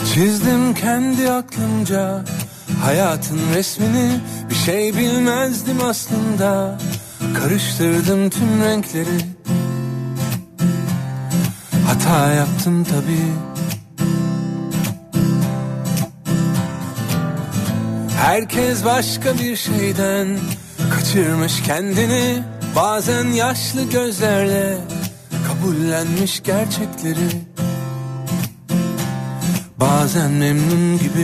Çizdim kendi aklımca hayatın resmini, bir şey bilmezdim aslında. Karıştırdım tüm renkleri, hata yaptım tabii. Herkes başka bir şeyden kaçırmış kendini, bazen yaşlı gözlerle kabullenmiş gerçekleri, bazen memnun gibi.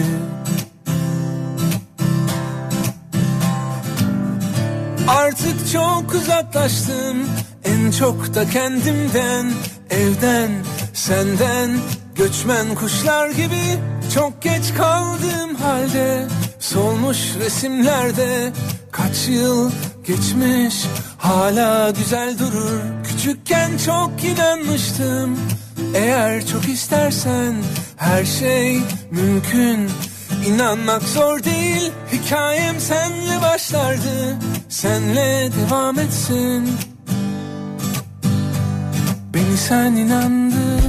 Artık çok uzaklaştım, en çok da kendimden, evden, senden, göçmen kuşlar gibi. Çok geç kaldığım halde solmuş resimlerde, kaç yıl geçmiş hala güzel durur. Küçükken çok inanmıştım, eğer çok istersen her şey mümkün. İnanmak zor değil, hikayem senle başlardı, senle devam etsin. Beni sen inandır.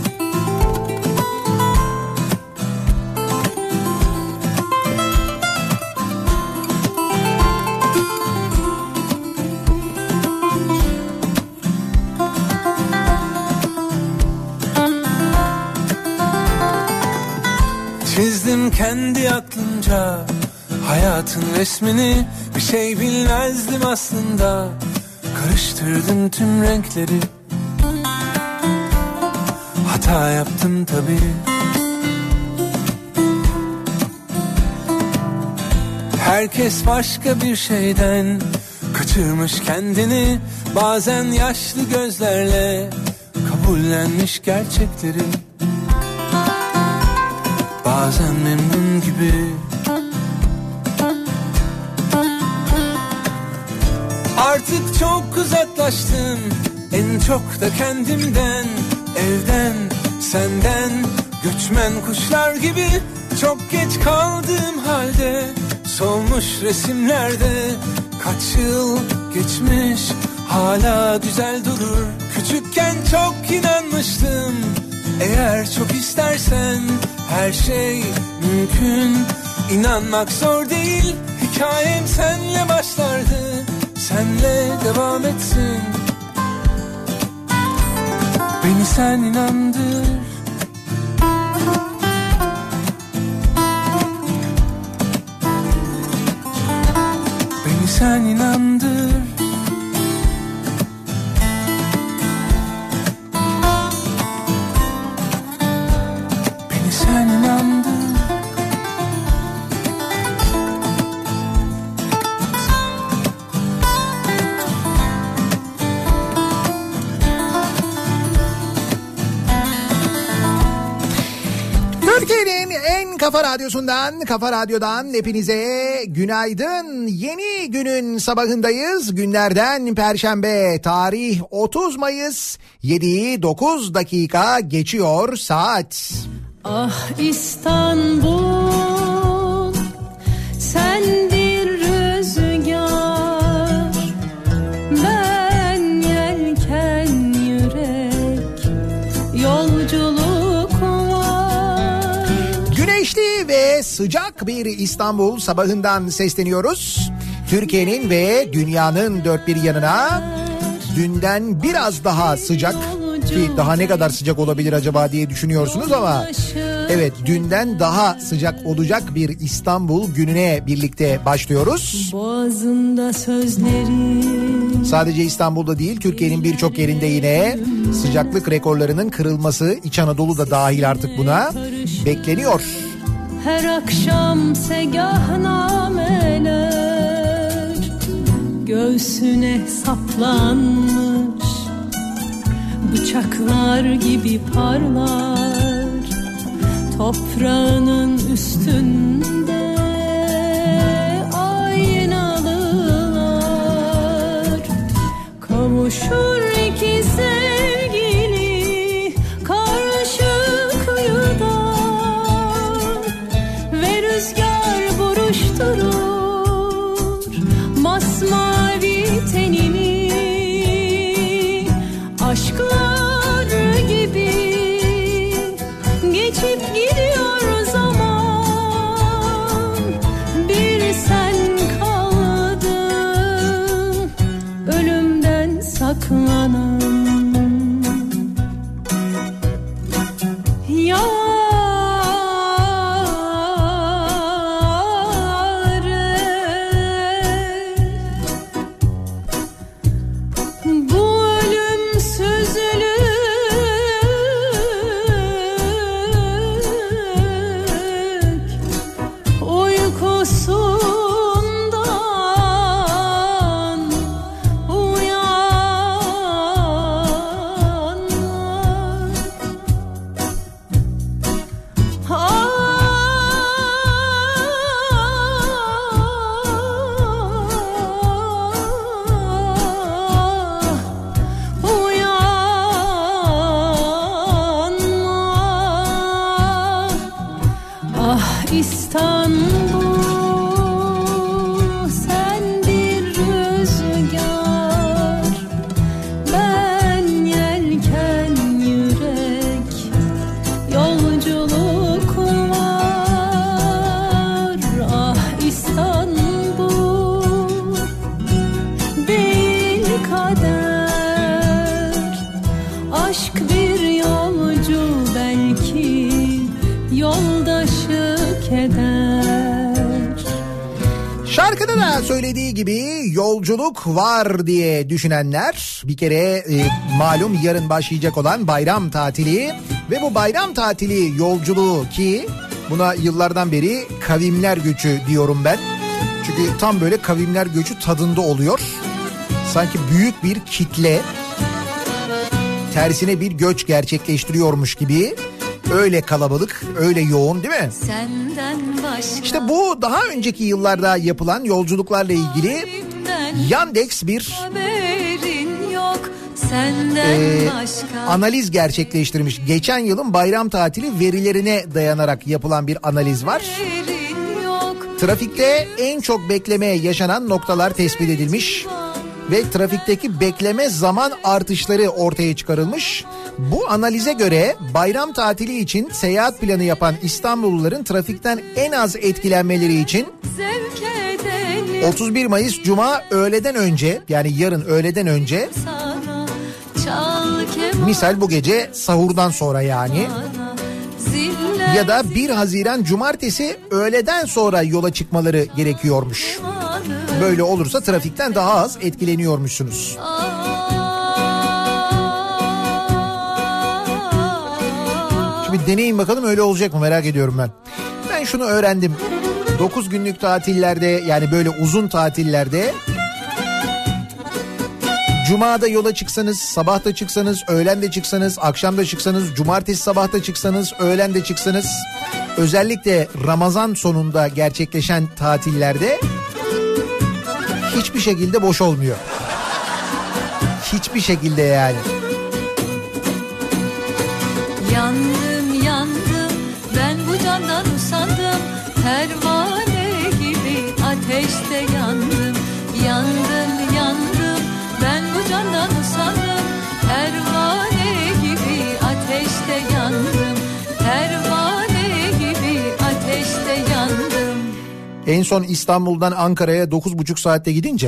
Çizdim kendi aklımca hayatın resmini, bir şey bilmezdim aslında. Karıştırdım tüm renkleri, hata yaptım tabii. Herkes başka bir şeyden kaçırmış kendini, bazen yaşlı gözlerle kabullenmiş gerçekleri, bazen memnun gibi. Artık çok uzaklaştım, en çok da kendimden, evden, senden, göçmen kuşlar gibi. Çok geç kaldığım halde solmuş resimlerde, kaç yıl geçmiş hala güzel durur. Küçükken çok inanmıştım, eğer çok istersen her şey mümkün. İnanmak zor değil, hikayem senle başlardı, senle devam etsin. Beni sen inandır. Beni sen inandır. Beni sen inandır. Türkiye'nin en kafa radyosundan, Kafa Radyo'dan hepinize günaydın. Yeni günün sabahındayız. Günlerden Perşembe, tarih 30 Mayıs, 7'yi 9 dakika geçiyor saat. Ah İstanbul, sen bir rüzgar, ben yelken yürek, yolculuk. Güneşli ve sıcak bir İstanbul sabahından sesleniyoruz. Türkiye'nin ve dünyanın dört bir yanına dünden biraz daha sıcak, ki daha ne kadar sıcak olabilir acaba diye düşünüyorsunuz ama evet, dünden daha sıcak olacak bir İstanbul gününe birlikte başlıyoruz. Sadece İstanbul'da değil, Türkiye'nin birçok yerinde yine sıcaklık rekorlarının kırılması, İç Anadolu da dahil artık buna bekleniyor. Her akşam segahnameler göğsüne saplanmış, bıçaklar gibi parlar toprağının üstünde aynalılar. Kavuşur iki sevgili karşı kıyıda ve rüzgar buruşturur masmavi tenini. Aşklar gibi geçip gidiyor sen kaldın ölümden saklanan. Şarkıda da söylediği gibi yolculuk var diye düşünenler bir kere malum yarın başlayacak olan bayram tatili ve bu bayram tatili yolculuğu ki buna yıllardan beri kavimler göçü diyorum ben. Çünkü tam böyle kavimler göçü tadında oluyor. Sanki büyük bir kitle tersine bir göç gerçekleştiriyormuş gibi. Öyle kalabalık, öyle yoğun değil mi? İşte bu daha önceki yıllarda yapılan yolculuklarla ilgili Yandex bir analiz gerçekleştirmiş. Geçen yılın bayram tatili verilerine dayanarak yapılan bir analiz var. Trafikte en çok bekleme yaşanan noktalar tespit edilmiş ve trafikteki bekleme zaman artışları ortaya çıkarılmış. Bu analize göre bayram tatili için seyahat planı yapan İstanbulluların trafikten en az etkilenmeleri için 31 Mayıs Cuma öğleden önce, yani yarın öğleden önce, misal bu gece sahurdan sonra yani, ya da 1 Haziran Cumartesi öğleden sonra yola çıkmaları gerekiyormuş. Böyle olursa trafikten daha az etkileniyormuşsunuz. Şimdi deneyin bakalım, öyle olacak mı, merak ediyorum ben. Ben şunu öğrendim. 9 günlük tatillerde, yani böyle uzun tatillerde, Cuma'da yola çıksanız, sabahta çıksanız, öğlende çıksanız, akşamda çıksanız, cumartesi sabahta çıksanız, öğlende çıksanız, özellikle Ramazan sonunda gerçekleşen tatillerde hiçbir şekilde boş olmuyor. Hiçbir şekilde yani. Yandım yandım ben bu candan usandım, pervane gibi ateşte yandım. Yandım yandım ben bu candan usandım, pervane gibi ateşte yandım. Pervane gibi ateşte yandım. En son İstanbul'dan Ankara'ya 9,5 saatte gidince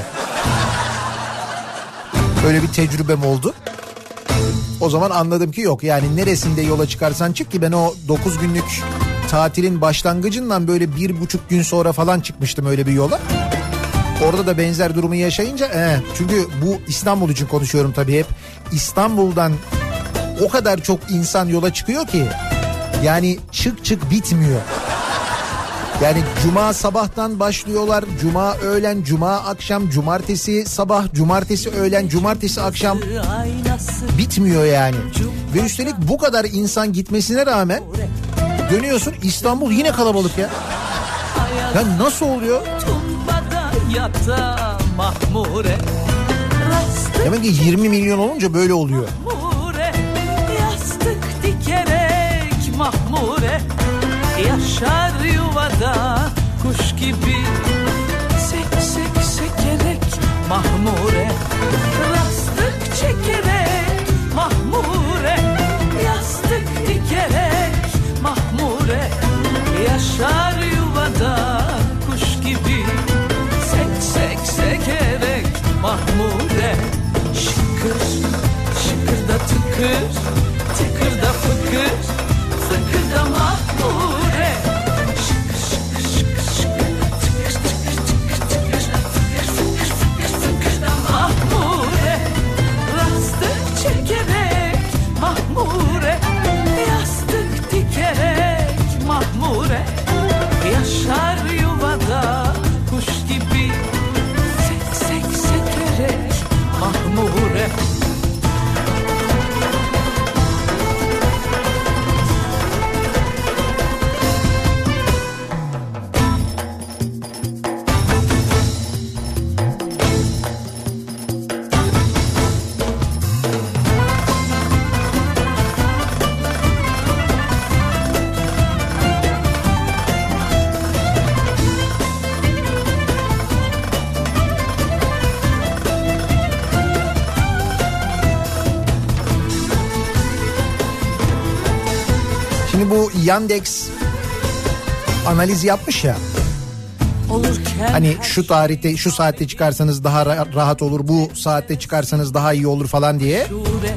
öyle bir tecrübem oldu. O zaman anladım ki yok, yani neresinde yola çıkarsan çık, ki ben o 9 günlük tatilin başlangıcından böyle 1,5 gün sonra falan çıkmıştım öyle bir yola. Orada da benzer durumu yaşayınca çünkü bu İstanbul için konuşuyorum tabii hep. İstanbul'dan o kadar çok insan yola çıkıyor ki yani çık bitmiyor. Yani cuma sabahtan başlıyorlar, cuma öğlen, cuma akşam, cumartesi sabah, cumartesi öğlen, cumartesi akşam, bitmiyor yani. Ve üstelik bu kadar insan gitmesine rağmen dönüyorsun, İstanbul yine kalabalık ya. Ya nasıl oluyor? Demek ki 20 milyon olunca böyle oluyor. Yastık dikerek mahmure, yaşar yuvada kuş gibi, sek sek sekerek mahmure, yastık çekerek mahmure, yastık dikerek mahmure, yaşar yuvada kuş gibi. Şimdi bu Yandex analiz yapmış ya. Hani şu tarihte şu saatte çıkarsanız daha rahat olur, bu saatte çıkarsanız daha iyi olur falan diye.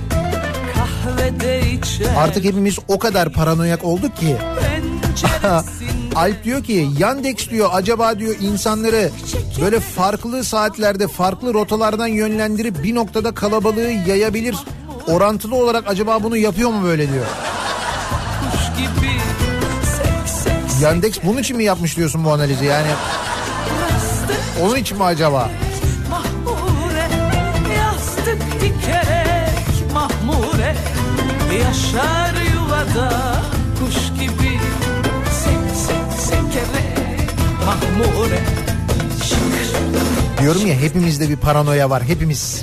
Artık hepimiz o kadar paranoyak olduk ki. Alp diyor ki Yandex diyor acaba diyor insanları böyle farklı saatlerde farklı rotalardan yönlendirip bir noktada kalabalığı yayabilir. Orantılı olarak acaba bunu yapıyor mu böyle diyor. Yandex bunun için mi yapmış diyorsun bu analizi yani? Onun için mi acaba? Yastık dikerek mahmure yaşar yuvada kuş gibi sekerek mahmure. Diyorum ya hepimizde bir paranoya var, hepimiz.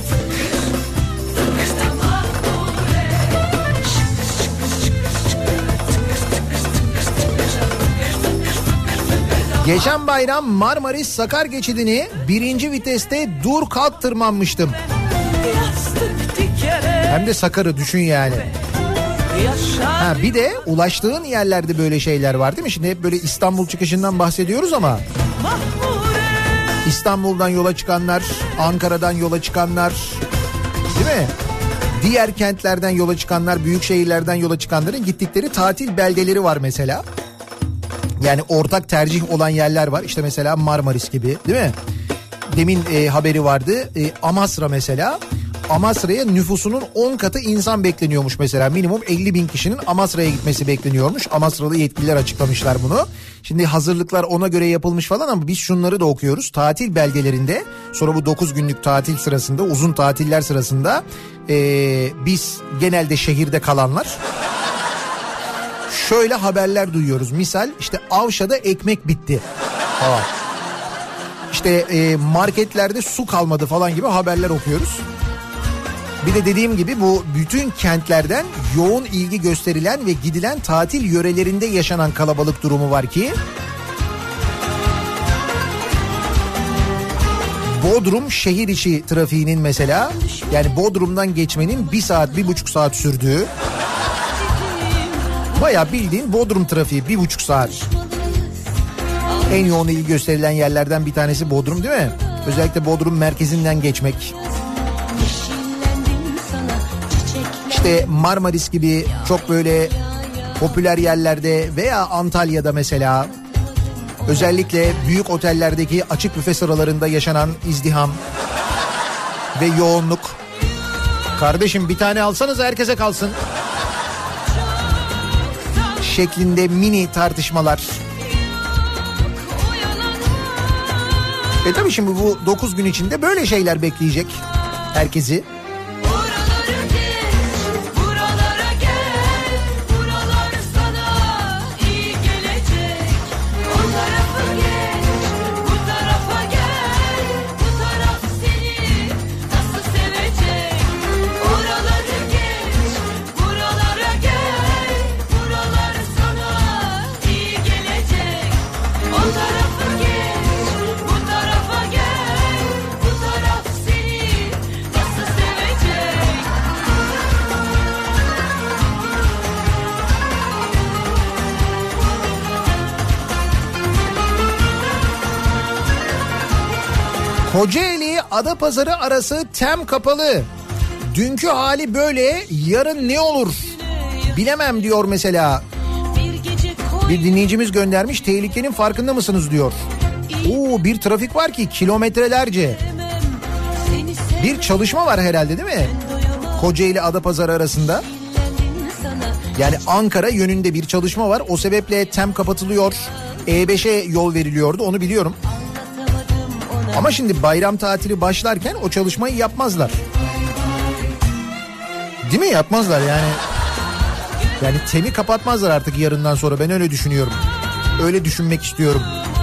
Geçen bayram Marmaris Sakar geçidini 1. viteste dur kalk tırmanmıştım. Hem de Sakar'ı düşün yani. Ha, bir de ulaştığın yerlerde böyle şeyler var değil mi? Şimdi hep böyle İstanbul çıkışından bahsediyoruz ama İstanbul'dan yola çıkanlar, Ankara'dan yola çıkanlar, değil mi? Diğer kentlerden yola çıkanlar, büyük şehirlerden yola çıkanların gittikleri tatil beldeleri var mesela. Yani ortak tercih olan yerler var. İşte mesela Marmaris gibi, değil mi? Demin haberi vardı. Amasra mesela. Amasra'ya nüfusunun 10 katı insan bekleniyormuş mesela. Minimum 50 bin kişinin Amasra'ya gitmesi bekleniyormuş. Amasralı yetkililer açıklamışlar bunu. Şimdi hazırlıklar ona göre yapılmış falan ama biz şunları da okuyoruz. Tatil belgelerinde sonra bu 9 günlük tatil sırasında, uzun tatiller sırasında biz genelde şehirde kalanlar şöyle haberler duyuyoruz. Misal işte Avşa'da ekmek bitti. Aa. İşte marketlerde su kalmadı falan gibi haberler okuyoruz. Bir de dediğim gibi bu bütün kentlerden yoğun ilgi gösterilen ve gidilen tatil yörelerinde yaşanan kalabalık durumu var ki Bodrum şehir içi trafiğinin mesela yani Bodrum'dan geçmenin 1 saat 1,5 saat sürdüğü, bayağı bildiğin Bodrum trafiği 1,5 saat. En yoğun ilgi gösterilen yerlerden bir tanesi Bodrum değil mi? Özellikle Bodrum merkezinden geçmek. İşte Marmaris gibi çok böyle popüler yerlerde veya Antalya'da mesela özellikle büyük otellerdeki açık büfe sıralarında yaşanan izdiham ve yoğunluk. Kardeşim bir tane alsanız herkese kalsın şeklinde mini tartışmalar. Tabii şimdi bu 9 gün içinde böyle şeyler bekleyecek herkesi. Kocaeli Adapazarı arası tem kapalı. Dünkü hali böyle, yarın ne olur bilemem diyor mesela. Bir dinleyicimiz göndermiş, tehlikenin farkında mısınız diyor. Oo, bir trafik var ki kilometrelerce. Bir çalışma var herhalde değil mi? Kocaeli Adapazarı arasında. Yani Ankara yönünde bir çalışma var. O sebeple tem kapatılıyor. E5'e yol veriliyordu, onu biliyorum. Ama şimdi bayram tatili başlarken o çalışmayı yapmazlar. Değil mi? Yapmazlar yani. Yani temi kapatmazlar artık yarından sonra, ben öyle düşünüyorum. Öyle düşünmek istiyorum.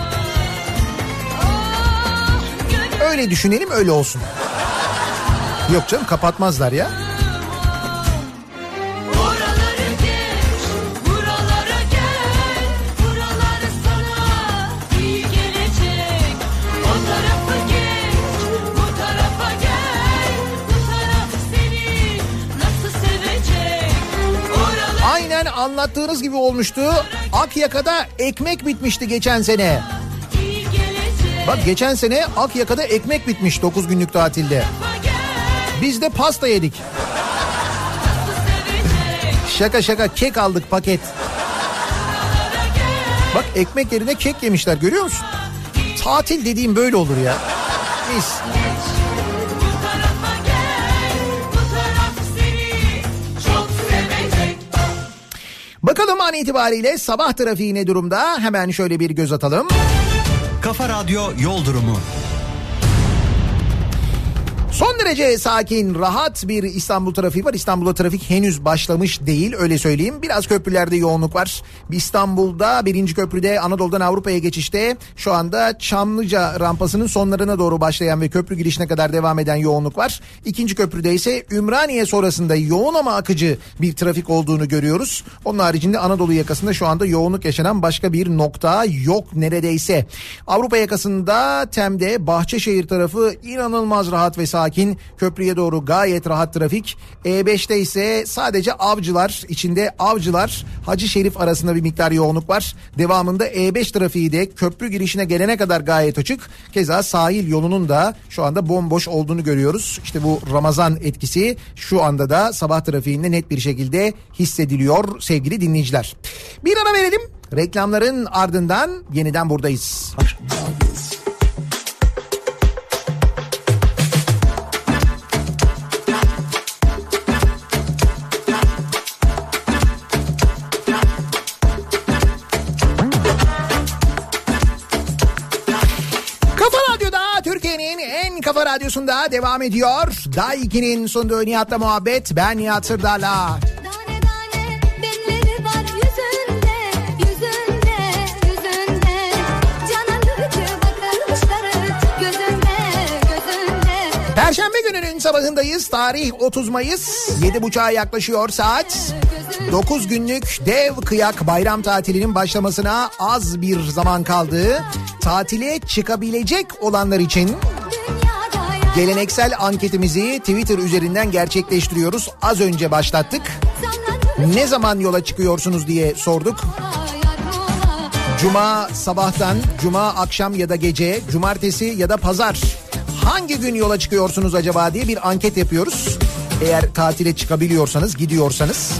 Öyle düşünelim, öyle olsun. Yok canım, kapatmazlar ya. sene anlattığınız gibi olmuştu. Akyaka'da ekmek bitmişti geçen sene. Bak geçen sene Akyaka'da ekmek bitmiş 9 günlük tatilde. Biz de pasta yedik. Şaka kek aldık paket. Bak ekmek yerine kek yemişler, görüyor musun? Tatil dediğim böyle olur ya. Mis. Bakalım an itibariyle sabah trafiği ne durumda? Hemen şöyle bir göz atalım. Kafa Radyo Yol Durumu. Son derece sakin, rahat bir İstanbul trafiği var. İstanbul'da trafik henüz başlamış değil, öyle söyleyeyim. Biraz köprülerde yoğunluk var. İstanbul'da 1. köprüde Anadolu'dan Avrupa'ya geçişte şu anda Çamlıca rampasının sonlarına doğru başlayan ve köprü girişine kadar devam eden yoğunluk var. 2. köprüde ise Ümraniye sonrasında yoğun ama akıcı bir trafik olduğunu görüyoruz. Onun haricinde Anadolu yakasında şu anda yoğunluk yaşanan başka bir nokta yok neredeyse. Avrupa yakasında Tem'de Bahçeşehir tarafı inanılmaz rahat ve sakin. Köprüye doğru gayet rahat trafik. E5'te ise sadece Avcılar, içinde Avcılar Hacı Şerif arasında bir miktar yoğunluk var. Devamında E5 trafiği de köprü girişine gelene kadar gayet açık. Keza sahil yolunun da şu anda bomboş olduğunu görüyoruz. İşte bu Ramazan etkisi şu anda da sabah trafiğinde net bir şekilde hissediliyor sevgili dinleyiciler. Bir ara verelim. Reklamların ardından yeniden buradayız. Kafa Radyosu'nda devam ediyor. Day 2'nin sunduğu Nihat'la muhabbet. Ben Nihat Sırdar'la. Perşembe gününün sabahındayız. Tarih 30 Mayıs. 7.30'a yaklaşıyor saat. 9 günlük dev kıyak bayram tatilinin başlamasına az bir zaman kaldı. Tatile çıkabilecek olanlar için geleneksel anketimizi Twitter üzerinden gerçekleştiriyoruz. Az önce başlattık. Ne zaman yola çıkıyorsunuz diye sorduk. Cuma sabahtan, cuma akşam ya da gece, cumartesi ya da pazar hangi gün yola çıkıyorsunuz acaba diye bir anket yapıyoruz. Eğer tatile çıkabiliyorsanız, gidiyorsanız.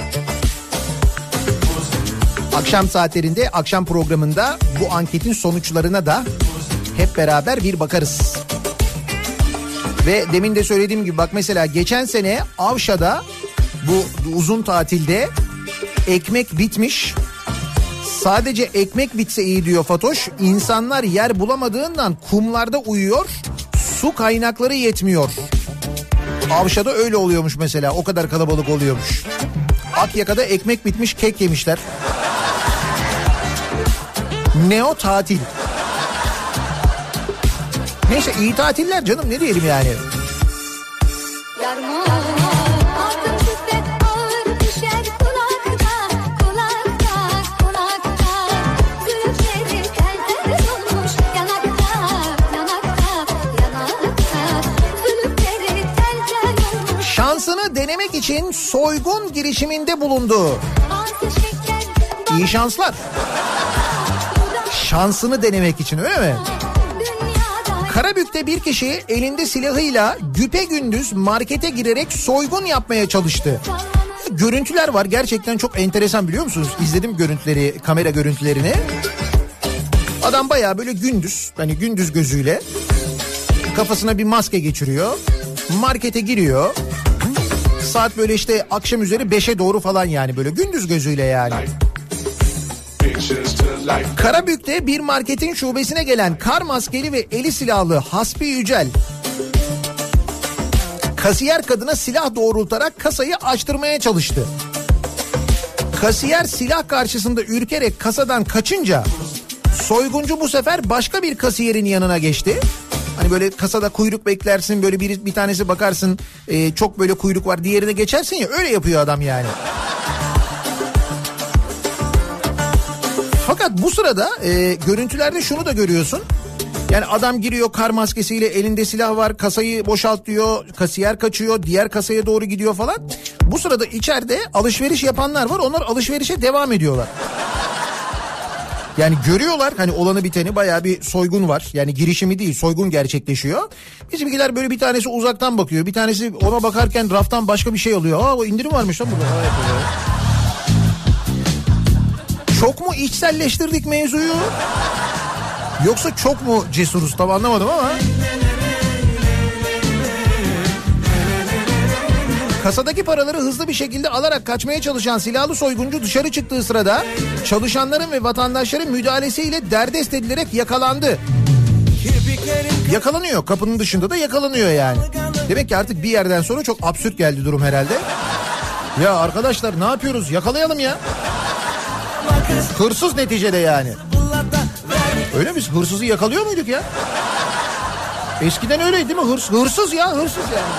Akşam saatlerinde, akşam programında bu anketin sonuçlarına da hep beraber bir bakarız. Ve demin de söylediğim gibi bak mesela geçen sene Avşa'da bu uzun tatilde ekmek bitmiş. Sadece ekmek bitse iyi diyor Fatoş. İnsanlar yer bulamadığından kumlarda uyuyor. Su kaynakları yetmiyor. Avşa'da öyle oluyormuş mesela, o kadar kalabalık oluyormuş. Akyaka'da ekmek bitmiş, kek yemişler. Neo tatil. Neyse iyi tatiller canım, ne diyelim yani. Şansını denemek için soygun girişiminde bulundu. İyi şanslar. Şansını denemek için, öyle mi? Karabük'te bir kişi elinde silahıyla güpegündüz markete girerek soygun yapmaya çalıştı. Görüntüler var, gerçekten çok enteresan, biliyor musunuz? İzledim görüntüleri, kamera görüntülerini. Adam bayağı böyle gündüz, hani gündüz gözüyle kafasına bir maske geçiriyor. Markete giriyor. Saat böyle işte akşam üzeri 5'e doğru falan, yani böyle gündüz gözüyle yani. Karabük'te bir marketin şubesine gelen kar maskeli ve eli silahlı Hasbi Yücel kasiyer kadına silah doğrultarak kasayı açtırmaya çalıştı. Kasiyer silah karşısında ürkerek kasadan kaçınca soyguncu bu sefer başka bir kasiyerin yanına geçti. Hani böyle kasada kuyruk beklersin, böyle bir tanesi bakarsın çok böyle kuyruk var, diğerine geçersin ya, öyle yapıyor adam yani. Fakat bu sırada görüntülerde şunu da görüyorsun. Yani adam giriyor kar maskesiyle, elinde silah var, kasayı boşalt diyor, kasiyer kaçıyor, diğer kasaya doğru gidiyor falan. Bu sırada içeride alışveriş yapanlar var. Onlar alışverişe devam ediyorlar. Yani görüyorlar hani olanı biteni, bayağı bir soygun var. Yani girişimi değil, soygun gerçekleşiyor. Bizimkiler böyle bir tanesi uzaktan bakıyor. Bir tanesi ona bakarken raftan başka bir şey alıyor. Aa, o indirim varmış lan burada. Çok mu içselleştirdik mevzuyu? Yoksa çok mu cesuruz, tam anlamadım ama. Kasadaki paraları hızlı bir şekilde alarak kaçmaya çalışan silahlı soyguncu dışarı çıktığı sırada çalışanların ve vatandaşların müdahalesiyle derdest edilerek yakalandı. Yakalanıyor, kapının dışında da yakalanıyor yani. Demek ki artık bir yerden sonra çok absürt geldi durum herhalde. Ya arkadaşlar ne yapıyoruz, yakalayalım ya. Hırsız neticede yani. Öyle mi, hırsızı yakalıyor muyduk ya? Eskiden öyleydi değil mi? Hırsız ya, hırsız yani.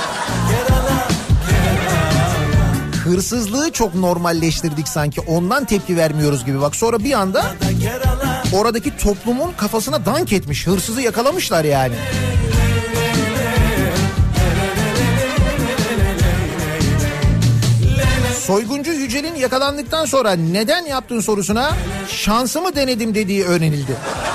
Hırsızlığı çok normalleştirdik sanki, ondan tepki vermiyoruz gibi. Bak sonra bir anda oradaki toplumun kafasına dank etmiş, hırsızı yakalamışlar yani. Soyguncu Yücel'in yakalandıktan sonra neden yaptın sorusuna şansımı denedim dediği öğrenildi.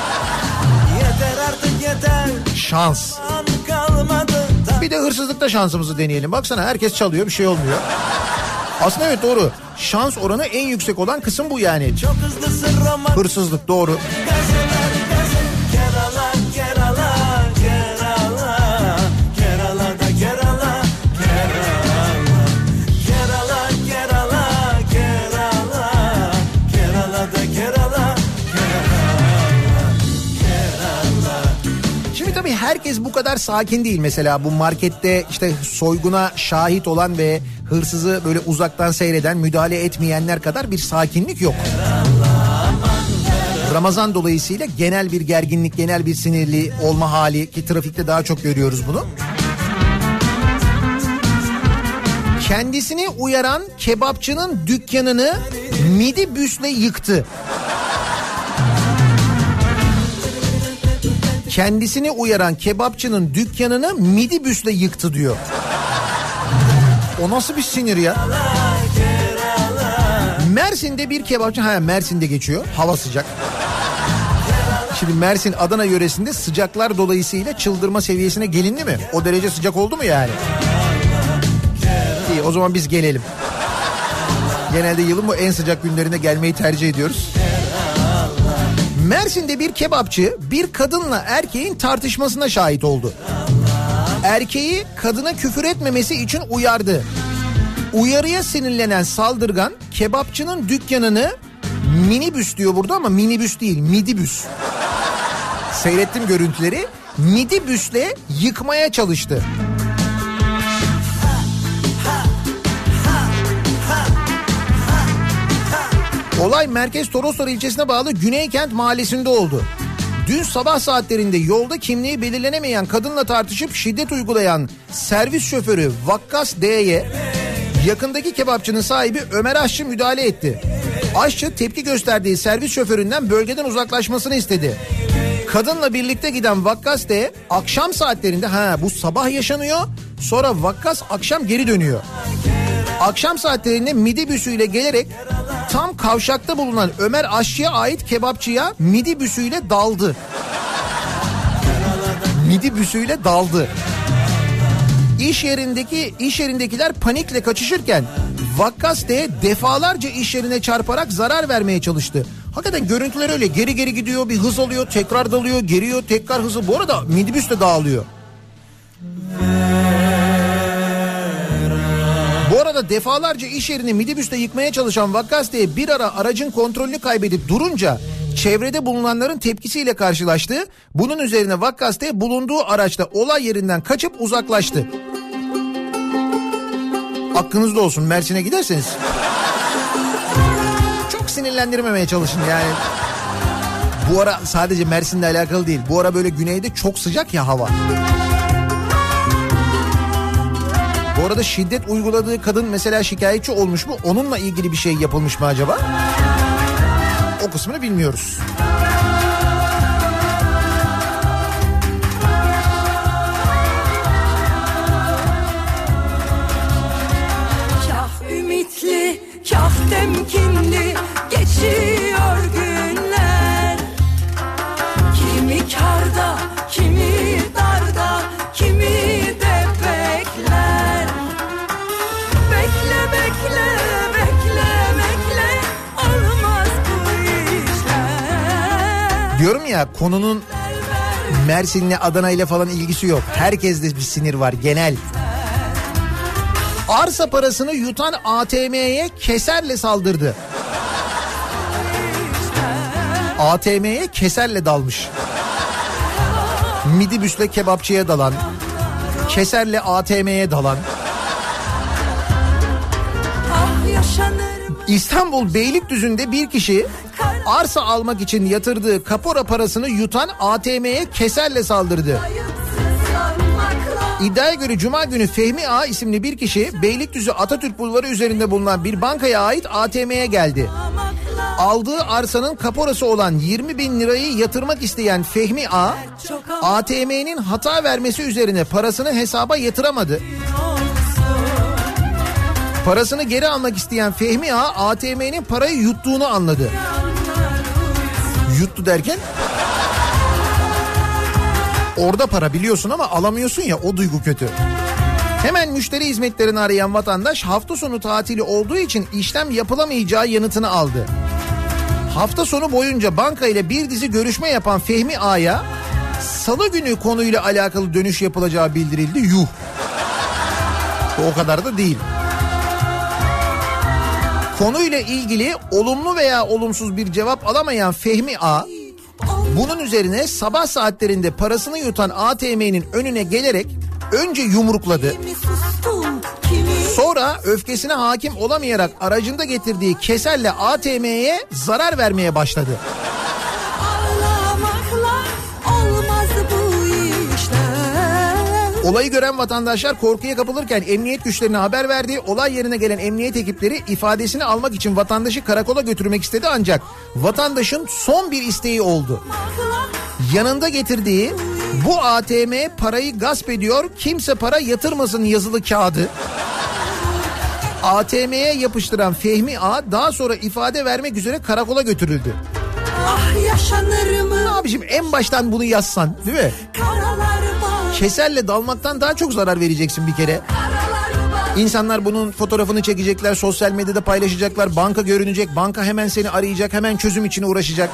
Şans. Bir de hırsızlıkta şansımızı deneyelim. Baksana herkes çalıyor, bir şey olmuyor. Aslında evet, doğru. Şans oranı en yüksek olan kısım bu yani. Hırsızlık, doğru. Şimdi tabii herkes bu kadar sakin değil. Mesela bu markette işte soyguna şahit olan ve hırsızı böyle uzaktan seyreden, müdahale etmeyenler kadar bir sakinlik yok. Ramazan dolayısıyla genel bir gerginlik, genel bir sinirli olma hali, ki trafikte daha çok görüyoruz bunu. Kendisini uyaran kebapçının dükkanını midibüsle yıktı. Kendisini uyaran kebapçının dükkanını midibüsle yıktı diyor. O nasıl bir sinir ya? Mersin'de bir kebapçı, Mersin'de geçiyor, hava sıcak. Şimdi Mersin Adana yöresinde sıcaklar dolayısıyla çıldırma seviyesine gelindi mi? O derece sıcak oldu mu yani? İyi, o zaman biz gelelim. Genelde yılın bu en sıcak günlerinde gelmeyi tercih ediyoruz. Mersin'de bir kebapçı bir kadınla erkeğin tartışmasına şahit oldu. Erkeği kadına küfür etmemesi için uyardı. Uyarıya sinirlenen saldırgan kebapçının dükkanını, minibüs diyor burada ama minibüs değil, midibüs. Seyrettim görüntüleri. Midibüsle yıkmaya çalıştı. Olay Merkez Toroslar ilçesine bağlı Güneykent mahallesinde oldu. Dün sabah saatlerinde yolda kimliği belirlenemeyen kadınla tartışıp şiddet uygulayan servis şoförü Vakkas D'ye yakındaki kebapçının sahibi Ömer Aşçı müdahale etti. Aşçı tepki gösterdiği servis şoföründen bölgeden uzaklaşmasını istedi. Kadınla birlikte giden Vakkas D akşam saatlerinde, bu sabah yaşanıyor, sonra Vakkas akşam geri dönüyor. Akşam saatlerinde midibüsüyle gelerek tam kavşakta bulunan Ömer Aşçı'ya ait kebapçıya midibüsüyle daldı. Midibüsüyle daldı. İş yerindekiler panikle kaçışırken Vakkas D defalarca iş yerine çarparak zarar vermeye çalıştı. Hakikaten görüntüler öyle, geri geri gidiyor, bir hız alıyor, tekrar dalıyor, geriyor, tekrar hızı. Bu arada midibüs de dağılıyor. Bu arada defalarca iş yerini midibüsle yıkmaya çalışan Vakkas D bir ara aracın kontrolünü kaybedip durunca çevrede bulunanların tepkisiyle karşılaştı. Bunun üzerine Vakkas D bulunduğu araçla olay yerinden kaçıp uzaklaştı. Aklınızda olsun, Mersin'e giderseniz çok sinirlendirmemeye çalışın yani. Bu ara sadece Mersin'le alakalı değil. Bu ara böyle güneyde çok sıcak ya hava. Bu arada şiddet uyguladığı kadın mesela şikayetçi olmuş mu? Onunla ilgili bir şey yapılmış mı acaba? O kısmını bilmiyoruz. temkinli geçiyor günler. Kimi kârda, kimi darda, kimi de bekler. Bekle bekle bekle bekle, olmaz bu işler. Diyorum ya, konunun Mersin'le Adana ile falan ilgisi yok. Herkeste bir sinir var genel. Arsa parasını yutan ATM'ye keserle saldırdı. ATM'ye keserle dalmış. Midibüsle kebapçıya dalan, keserle ATM'ye dalan. İstanbul Beylikdüzü'nde bir kişi arsa almak için yatırdığı kapora parasını yutan ATM'ye keserle saldırdı. İddiaya göre Cuma günü Fehmi A isimli bir kişi Beylikdüzü Atatürk Bulvarı üzerinde bulunan bir bankaya ait ATM'ye geldi. Aldığı arsanın kaporası olan 20 bin lirayı yatırmak isteyen Fehmi A, ATM'nin hata vermesi üzerine parasını hesaba yatıramadı. Parasını geri almak isteyen Fehmi A, ATM'nin parayı yuttuğunu anladı. Yuttu derken? Orada para biliyorsun ama alamıyorsun ya, o duygu kötü. Hemen müşteri hizmetlerini arayan vatandaş hafta sonu tatili olduğu için işlem yapılamayacağı yanıtını aldı. Hafta sonu boyunca banka ile bir dizi görüşme yapan Fehmi A'ya salı günü konuyla alakalı dönüş yapılacağı bildirildi. Yuh. O kadar da değil. Konuyla ilgili olumlu veya olumsuz bir cevap alamayan Fehmi A, bunun üzerine sabah saatlerinde parasını yutan ATM'nin önüne gelerek önce yumrukladı. Sonra öfkesine hakim olamayarak aracında getirdiği keserle ATM'ye zarar vermeye başladı. Olayı gören vatandaşlar korkuya kapılırken emniyet güçlerine haber verdi. Olay yerine gelen emniyet ekipleri ifadesini almak için vatandaşı karakola götürmek istedi ancak vatandaşın son bir isteği oldu. Yanında getirdiği "Bu ATM parayı gasp ediyor, kimse para yatırmasın" yazılı kağıdı ATM'ye yapıştıran Fehmi A daha sonra ifade vermek üzere karakola götürüldü. Ah yaşanır mı? Ne abiciğim, en baştan bunu yazsan değil mi? Keserle dalmaktan daha çok zarar vereceksin bir kere. İnsanlar bunun fotoğrafını çekecekler, sosyal medyada paylaşacaklar, banka görünecek, banka hemen seni arayacak, hemen çözüm için uğraşacak.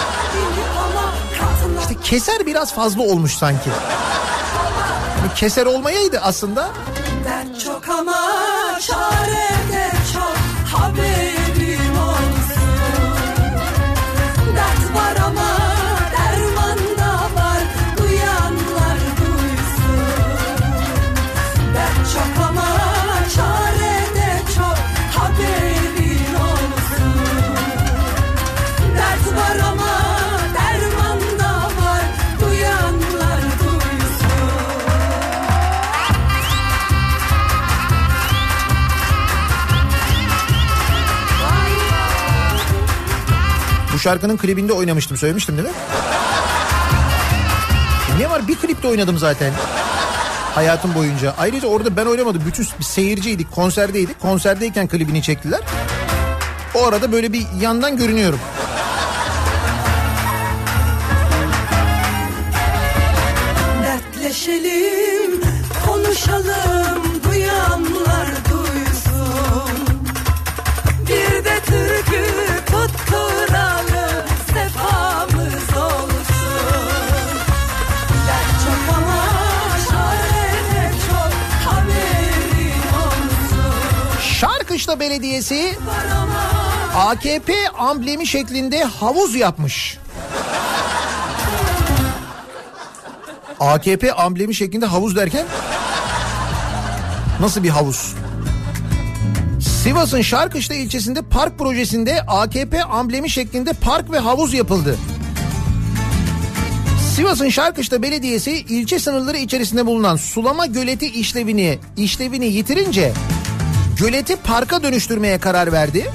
İşte keser biraz fazla olmuş sanki. Yani keser olmayaydı aslında. Dert çok ama çare de çok, haberim olsun. Dert var ama derman da var, duyanlar duysun. Dert çok ama çare de çok, haberin olsun. Dert var ama derman da var, duyanlar duysun. Bu şarkının klibinde oynamıştım, söylemiştim değil mi? Ne var, bir klipte oynadım zaten hayatım boyunca. Ayrıca orada ben oynamadım, bütün bir seyirciydik, konserdeydik. Konserdeyken klibini çektiler. O arada böyle bir yandan görünüyorum. Dertleşelim, konuşalım, duyanlar duysun. Bir de türkü tutturalım, sefamız olsun. Dert çok ama çare çok, haberin olsun. Şarkışla Belediyesi AKP amblemi şeklinde havuz yapmış. AKP amblemi şeklinde havuz derken nasıl bir havuz? Sivas'ın Şarkışla ilçesinde park projesinde AKP amblemi şeklinde park ve havuz yapıldı. Sivas'ın Şarkışla Belediyesi ilçe sınırları içerisinde bulunan sulama göleti işlevini yitirince göleti parka dönüştürmeye karar verdi.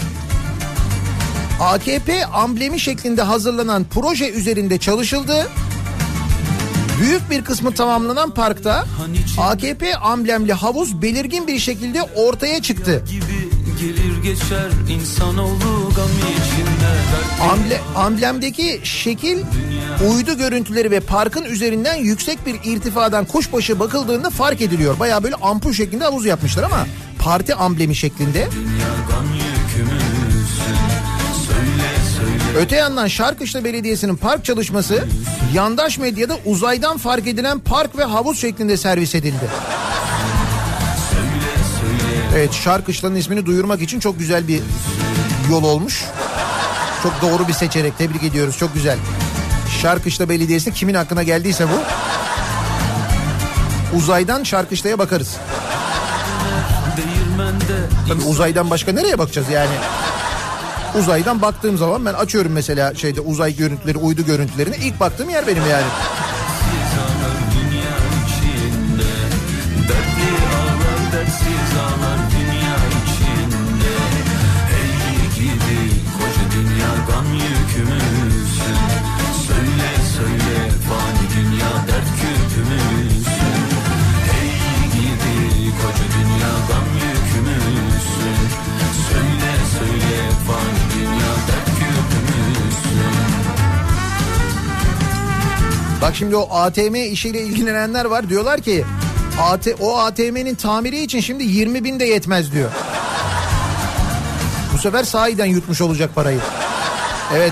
AKP amblemi şeklinde hazırlanan proje üzerinde çalışıldı. Büyük bir kısmı tamamlanan parkta AKP amblemli havuz belirgin bir şekilde ortaya çıktı. Gelir geçer insanoğlu gam içinde. Amblemdeki şekil uydu görüntüleri ve parkın üzerinden yüksek bir irtifadan kuşbaşı bakıldığında fark ediliyor. Bayağı böyle ampul şeklinde havuz yapmışlar ama parti amblemi şeklinde. Öte yandan Şarkışla Belediyesi'nin park çalışması yandaş medyada uzaydan fark edilen park ve havuz şeklinde servis edildi. Evet, Şarkışla'nın ismini duyurmak için çok güzel bir yol olmuş. Çok doğru bir seçerek, tebrik ediyoruz, çok güzel. Şarkışla Belediyesi kimin aklına geldiyse bu. Uzaydan Şarkışla'ya bakarız. Tabii uzaydan başka nereye bakacağız yani? Uzaydan baktığım zaman ben açıyorum mesela uzay görüntüleri, uydu görüntülerini. İlk baktığım yer benim yani. Bak şimdi o ATM işiyle ilgilenenler var, diyorlar ki o ATM'nin tamiri için şimdi 20.000 de yetmez diyor. Bu sefer sahiden yutmuş olacak parayı. Evet.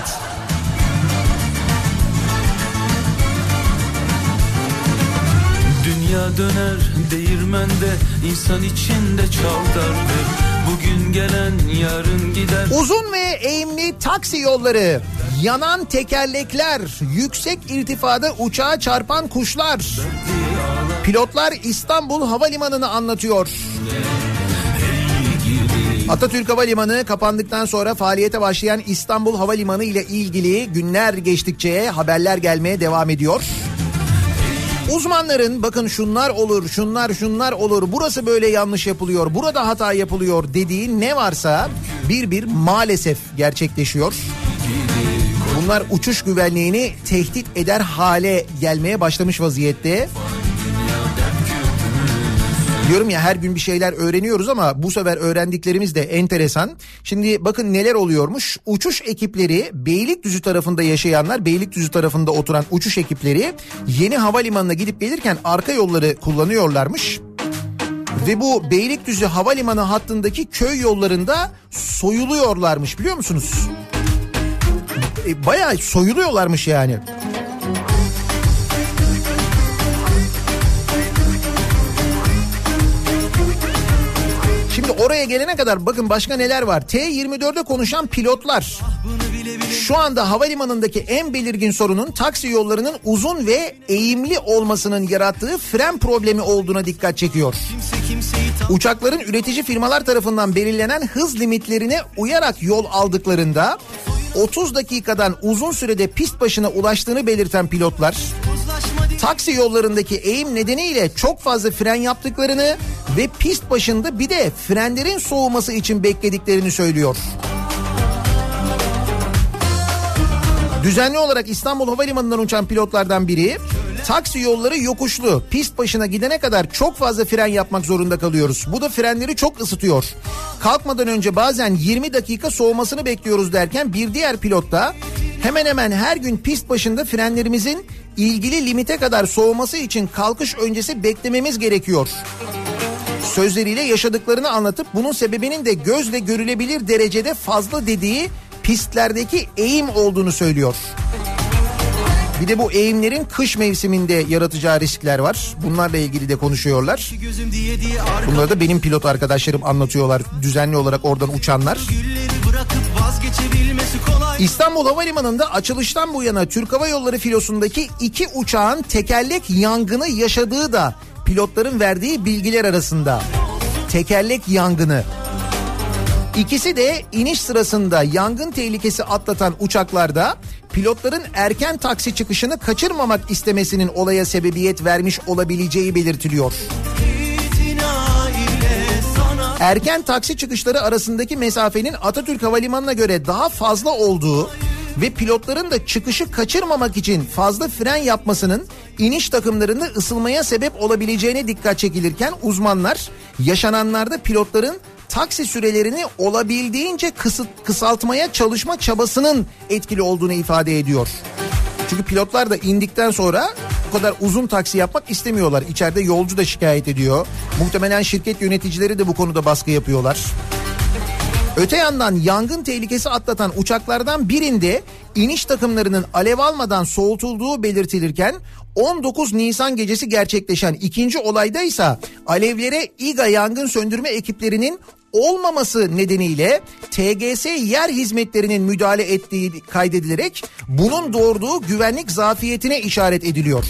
Dünya döner değirmende, insan içinde çavdardır. Bugün gelen yarın gider. Uzun ve eğimli taksi yolları, yanan tekerlekler, yüksek irtifada uçağa çarpan kuşlar. Pilotlar İstanbul Havalimanı'nı anlatıyor. Atatürk Havalimanı kapandıktan sonra faaliyete başlayan İstanbul Havalimanı ile ilgili günler geçtikçe haberler gelmeye devam ediyor. Uzmanların bakın şunlar olur, şunlar olur, burası böyle yanlış yapılıyor, burada hata yapılıyor dediği ne varsa bir maalesef gerçekleşiyor. Bunlar uçuş güvenliğini tehdit eder hale gelmeye başlamış vaziyette. Diyorum ya, her gün bir şeyler öğreniyoruz ama bu sefer öğrendiklerimiz de enteresan. Şimdi bakın neler oluyormuş. Uçuş ekipleri, Beylikdüzü tarafında yaşayanlar, Beylikdüzü tarafında oturan uçuş ekipleri yeni havalimanına gidip gelirken arka yolları kullanıyorlarmış. Ve bu Beylikdüzü havalimanı hattındaki köy yollarında soyuluyorlarmış, biliyor musunuz? Bayağı soyuluyorlarmış yani. Şimdi oraya gelene kadar bakın başka neler var. T24'de konuşan pilotlar. Şu anda havalimanındaki en belirgin sorunun taksi yollarının uzun ve eğimli olmasının yarattığı fren problemi olduğuna dikkat çekiyor. Uçakların üretici firmalar tarafından belirlenen hız limitlerine uyarak yol aldıklarında 30 dakikadan uzun sürede pist başına ulaştığını belirten pilotlar, taksi yollarındaki eğim nedeniyle çok fazla fren yaptıklarını ve pist başında bir de frenlerin soğuması için beklediklerini söylüyor. Düzenli olarak İstanbul Havalimanı'ndan uçan pilotlardan biri, taksi yolları yokuşlu, pist başına gidene kadar çok fazla fren yapmak zorunda kalıyoruz. Bu da frenleri çok ısıtıyor. Kalkmadan önce bazen 20 dakika soğumasını bekliyoruz derken bir diğer pilot da hemen hemen her gün pist başında frenlerimizin ilgili limite kadar soğuması için kalkış öncesi beklememiz gerekiyor sözleriyle yaşadıklarını anlatıp bunun sebebinin de gözle görülebilir derecede fazla dediği pistlerdeki eğim olduğunu söylüyor. Bir de bu eğimlerin kış mevsiminde yaratacağı riskler var. Bunlarla ilgili de konuşuyorlar. Bunları da benim pilot arkadaşlarım anlatıyorlar. Düzenli olarak oradan uçanlar. İstanbul Havalimanı'nda açılıştan bu yana Türk Hava Yolları filosundaki 2 uçağın tekerlek yangını yaşadığı da pilotların verdiği bilgiler arasında. Tekerlek yangını. İkisi de iniş sırasında yangın tehlikesi atlatan uçaklarda pilotların erken taksi çıkışını kaçırmamak istemesinin olaya sebebiyet vermiş olabileceği belirtiliyor. Erken taksi çıkışları arasındaki mesafenin Atatürk Havalimanı'na göre daha fazla olduğu ve pilotların da çıkışı kaçırmamak için fazla fren yapmasının iniş takımlarında ısınmaya sebep olabileceğine dikkat çekilirken uzmanlar yaşananlarda pilotların taksi sürelerini olabildiğince kısaltmaya çalışma çabasının etkili olduğunu ifade ediyor. Çünkü pilotlar da indikten sonra o kadar uzun taksi yapmak istemiyorlar. İçeride yolcu da şikayet ediyor. Muhtemelen şirket yöneticileri de bu konuda baskı yapıyorlar. Öte yandan yangın tehlikesi atlatan uçaklardan birinde iniş takımlarının alev almadan soğutulduğu belirtilirken 19 Nisan gecesi gerçekleşen ikinci olayda ise alevlere İGA yangın söndürme ekiplerinin olmaması nedeniyle TGS yer hizmetlerinin müdahale ettiği kaydedilerek bunun doğurduğu güvenlik zafiyetine işaret ediliyor.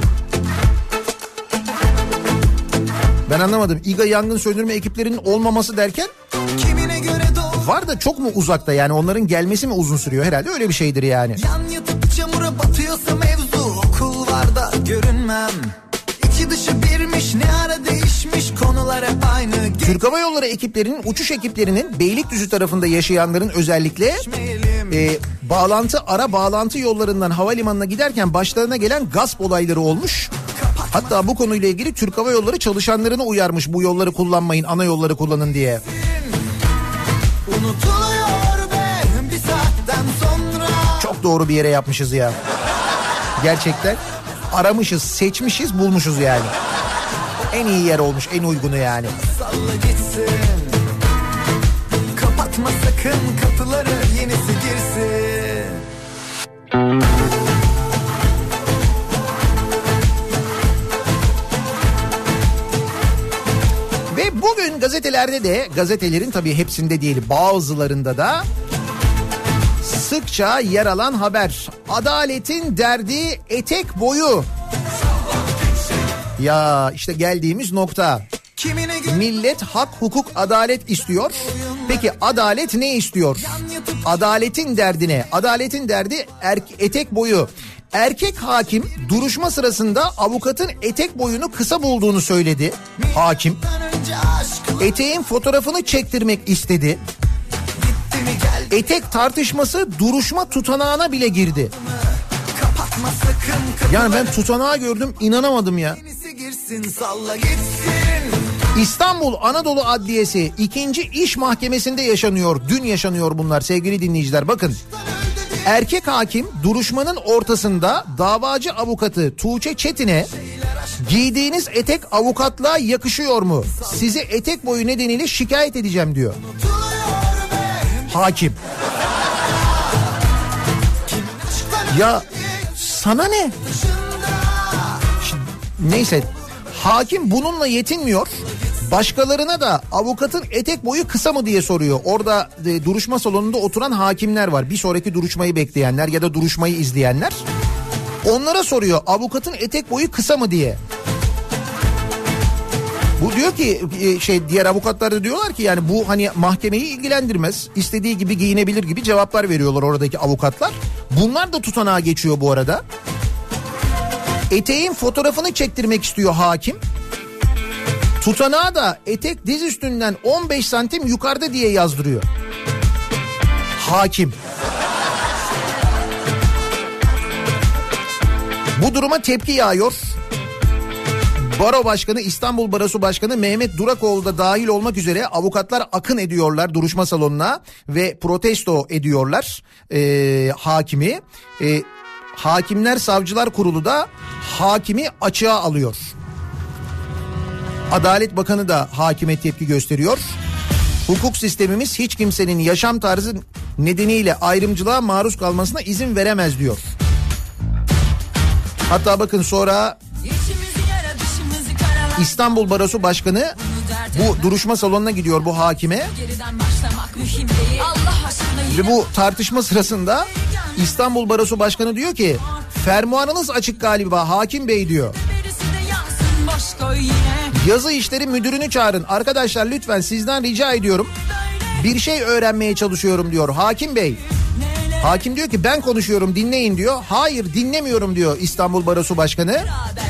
Ben anlamadım. İGA yangın söndürme ekiplerinin olmaması derken var da çok mu uzakta, yani onların gelmesi mi uzun sürüyor? Herhalde öyle bir şeydir yani. Yan yatıp çamura batıyorsa mevzu, okullarda görünmem. İçi dışı birmiş, ne ara değişmiş, konular hep aynı. Türk Hava Yolları ekiplerinin, uçuş ekiplerinin Beylikdüzü tarafında yaşayanların özellikle ara bağlantı yollarından havalimanına giderken başlarına gelen gasp olayları olmuş. Hatta bu konuyla ilgili Türk Hava Yolları çalışanlarını uyarmış, bu yolları kullanmayın, ana yolları kullanın diye. Unutuluyor be bir saatten sonra. Çok doğru bir yere yapmışız ya. Gerçekten aramışız, seçmişiz, bulmuşuz yani. En iyi yer olmuş, en uygunu yani. Salla gitsin. Kapatma sakın kapıları, yenisi girsin. Ve bugün gazetelerde de, gazetelerin tabii hepsinde değil bazılarında da sıkça yer alan haber. Adaletin derdi etek boyu. Ya işte geldiğimiz nokta. Millet hak, hukuk, adalet istiyor. Peki adalet ne istiyor? Adaletin derdi ne? Adaletin derdi etek boyu. Erkek hakim duruşma sırasında avukatın etek boyunu kısa bulduğunu söyledi. Hakim. Eteğin fotoğrafını çektirmek istedi. Etek tartışması duruşma tutanağına bile girdi. Yani ben tutanağı gördüm, inanamadım ya. İstanbul Anadolu Adliyesi 2. İş Mahkemesi'nde yaşanıyor. Dün yaşanıyor bunlar sevgili dinleyiciler, bakın. Erkek hakim duruşmanın ortasında davacı avukatı Tuğçe Çetin'e giydiğiniz etek avukatlığa yakışıyor mu? Sizi etek boyu nedeniyle şikayet edeceğim diyor. Hakim. Ya sana ne? Şimdi, neyse, hakim bununla yetinmiyor. Başkalarına da avukatın etek boyu kısa mı diye soruyor. Orada duruşma salonunda oturan hakimler var. Bir sonraki duruşmayı bekleyenler ya da duruşmayı izleyenler. Onlara soruyor avukatın etek boyu kısa mı diye. Bu diyor ki diğer avukatlar da diyorlar ki yani bu hani mahkemeyi ilgilendirmez. İstediği gibi giyinebilir gibi cevaplar veriyorlar oradaki avukatlar. Bunlar da tutanağa geçiyor bu arada. Eteğin fotoğrafını çektirmek istiyor hakim. Tutanağa da etek diz üstünden 15 santim yukarıda diye yazdırıyor. Hakim. Bu duruma tepki yağıyor. Baro Başkanı, İstanbul Barosu Başkanı Mehmet Durakoğlu da dahil olmak üzere avukatlar akın ediyorlar duruşma salonuna ve protesto ediyorlar hakimi. Hakimler Savcılar Kurulu da hakimi açığa alıyor. Adalet Bakanı da hakime tepki gösteriyor. Hukuk sistemimiz hiç kimsenin yaşam tarzı nedeniyle ayrımcılığa maruz kalmasına izin veremez diyor. Hatta bakın sonra İstanbul Barosu Başkanı bu duruşma salonuna gidiyor bu hakime. Ve bu tartışma sırasında İstanbul Barosu Başkanı diyor ki fermuarınız açık galiba hakim bey diyor. Yazı işleri müdürünü çağırın. Arkadaşlar lütfen sizden rica ediyorum. Bir şey öğrenmeye çalışıyorum diyor hakim bey. Hakim diyor ki ben konuşuyorum dinleyin diyor. Hayır dinlemiyorum diyor İstanbul Barosu Başkanı.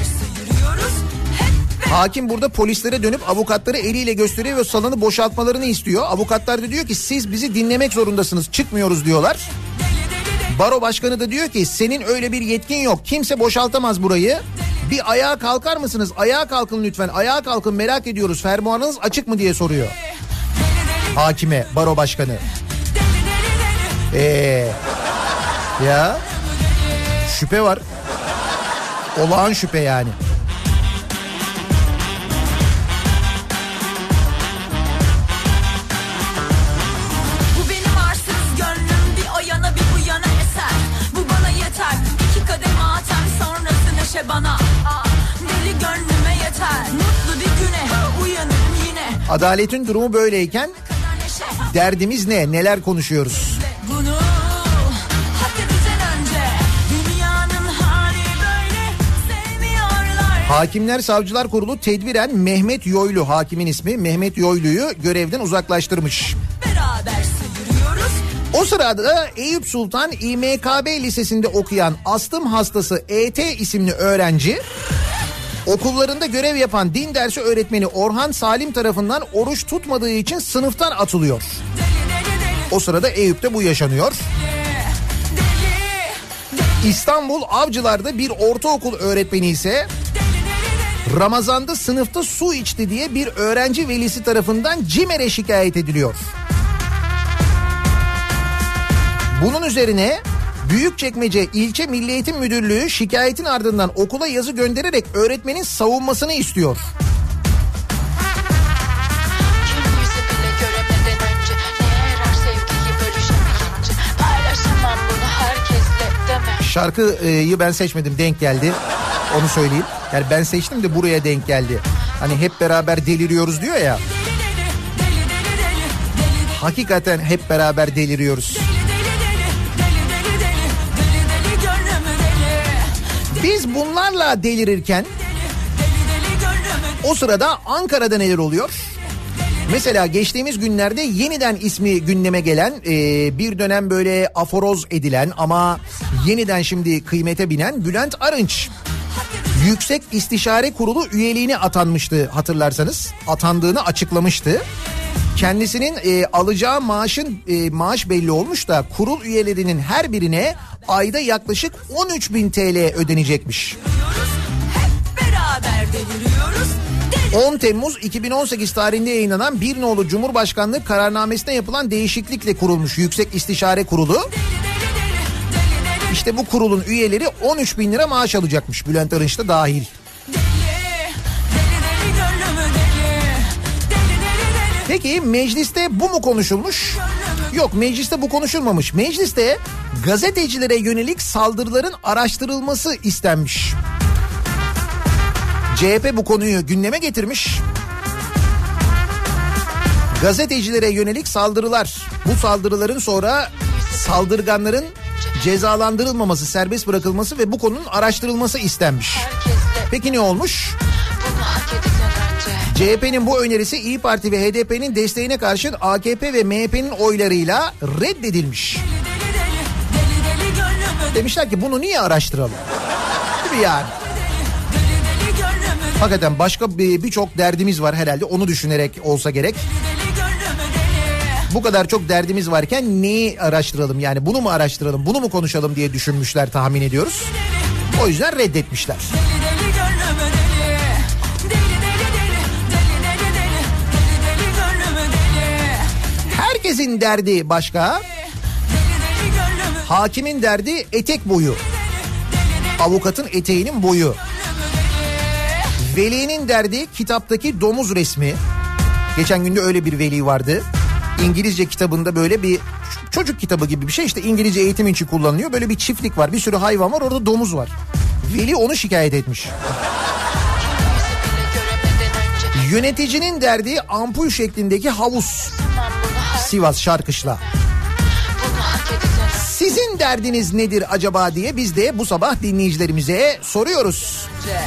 Hakim burada polislere dönüp avukatları eliyle gösteriyor ve salonu boşaltmalarını istiyor. Avukatlar da diyor ki siz bizi dinlemek zorundasınız, çıkmıyoruz diyorlar. Baro başkanı da diyor ki senin öyle bir yetkin yok, kimse boşaltamaz burayı. Bir ayağa kalkar mısınız? Ayağa kalkın lütfen, ayağa kalkın, merak ediyoruz, fermuarınız açık mı diye soruyor. Hakime, baro başkanı. Ya şüphe var. Olağan şüphe yani. Bu benim arsız gönlüm, bir o yana bir bu yana eser. Bu bana yeter, 2 kadeh matem sonrası neşe bana. Deli gönlüme yeter, mutlu bir güne uyanırım yine. Adaletin durumu böyleyken derdimiz ne? Neler konuşuyoruz? Bunu hak edeceksin önce. Dünyanın hali böyle, sevmiyorlar. Hakimler Savcılar Kurulu tedbiren Mehmet Yoylu, hakimin ismi Mehmet Yoylu'yu görevden uzaklaştırmış. Beraber sürüyoruz. O sırada Eyüp Sultan İMKB Lisesi'nde okuyan astım hastası ET isimli öğrenci okullarında görev yapan din dersi öğretmeni Orhan Salim tarafından oruç tutmadığı için sınıftan atılıyor. O sırada Eyüp'te bu yaşanıyor. İstanbul Avcılar'da bir ortaokul öğretmeni ise Ramazan'da sınıfta su içti diye bir öğrenci velisi tarafından CİMER'e şikayet ediliyor. Bunun üzerine Büyükçekmece İlçe Milli Eğitim Müdürlüğü şikayetin ardından okula yazı göndererek öğretmenin savunmasını istiyor. Yüzü bile göremeden önce neye yarar sevgiyi bölüşemeyince, paylaşamam bunu herkesle deme. Şarkıyı ben seçmedim, denk geldi. Onu söyleyeyim. Yani ben seçtim de buraya denk geldi. Hani hep beraber deliriyoruz diyor ya. Hakikaten hep beraber deliriyoruz. Biz bunlarla delirirken o sırada Ankara'da neler oluyor? Mesela geçtiğimiz günlerde yeniden ismi gündeme gelen, bir dönem böyle aforoz edilen ama yeniden şimdi kıymete binen Bülent Arınç Yüksek İstişare Kurulu üyeliğine atanmıştı, hatırlarsanız. Atandığını açıklamıştı. Kendisinin alacağı maaş belli olmuş da kurul üyelerinin her birine ayda yaklaşık 13.000 TL ödenecekmiş. 10 Temmuz 2018 tarihinde yayınlanan bir nolu Cumhurbaşkanlığı kararnamesine yapılan değişiklikle kurulmuş Yüksek İstişare Kurulu. İşte bu kurulun üyeleri 13.000 lira maaş alacakmış, Bülent Arınç da dahil. Peki mecliste bu mu konuşulmuş? Yok, mecliste bu konuşulmamış. Mecliste gazetecilere yönelik saldırıların araştırılması istenmiş. CHP bu konuyu gündeme getirmiş. Gazetecilere yönelik saldırılar, bu saldırıların sonra saldırganların cezalandırılmaması, serbest bırakılması ve bu konunun araştırılması istenmiş. Peki ne olmuş? CHP'nin bu önerisi İYİ Parti ve HDP'nin desteğine karşın AKP ve MHP'nin oylarıyla reddedilmiş. Demişler ki bunu niye araştıralım? Değil mi yani? Hakikaten başka birçok derdimiz var herhalde, onu düşünerek olsa gerek. Bu kadar çok derdimiz varken neyi araştıralım, yani bunu mu araştıralım, bunu mu konuşalım diye düşünmüşler, tahmin ediyoruz. O yüzden reddetmişler. Herkesin derdi başka. Hakimin derdi etek boyu. Avukatın eteğinin boyu. Velinin derdi kitaptaki domuz resmi. Geçen günde öyle bir veli vardı. İngilizce kitabında böyle bir çocuk kitabı gibi bir şey, işte İngilizce eğitim için kullanılıyor. Böyle bir çiftlik var, bir sürü hayvan var, orada domuz var. Veli onu şikayet etmiş. Yöneticinin derdi ampul şeklindeki havuz. Sivas Şarkışla. Sizin derdiniz nedir acaba diye biz de bu sabah dinleyicilerimize soruyoruz.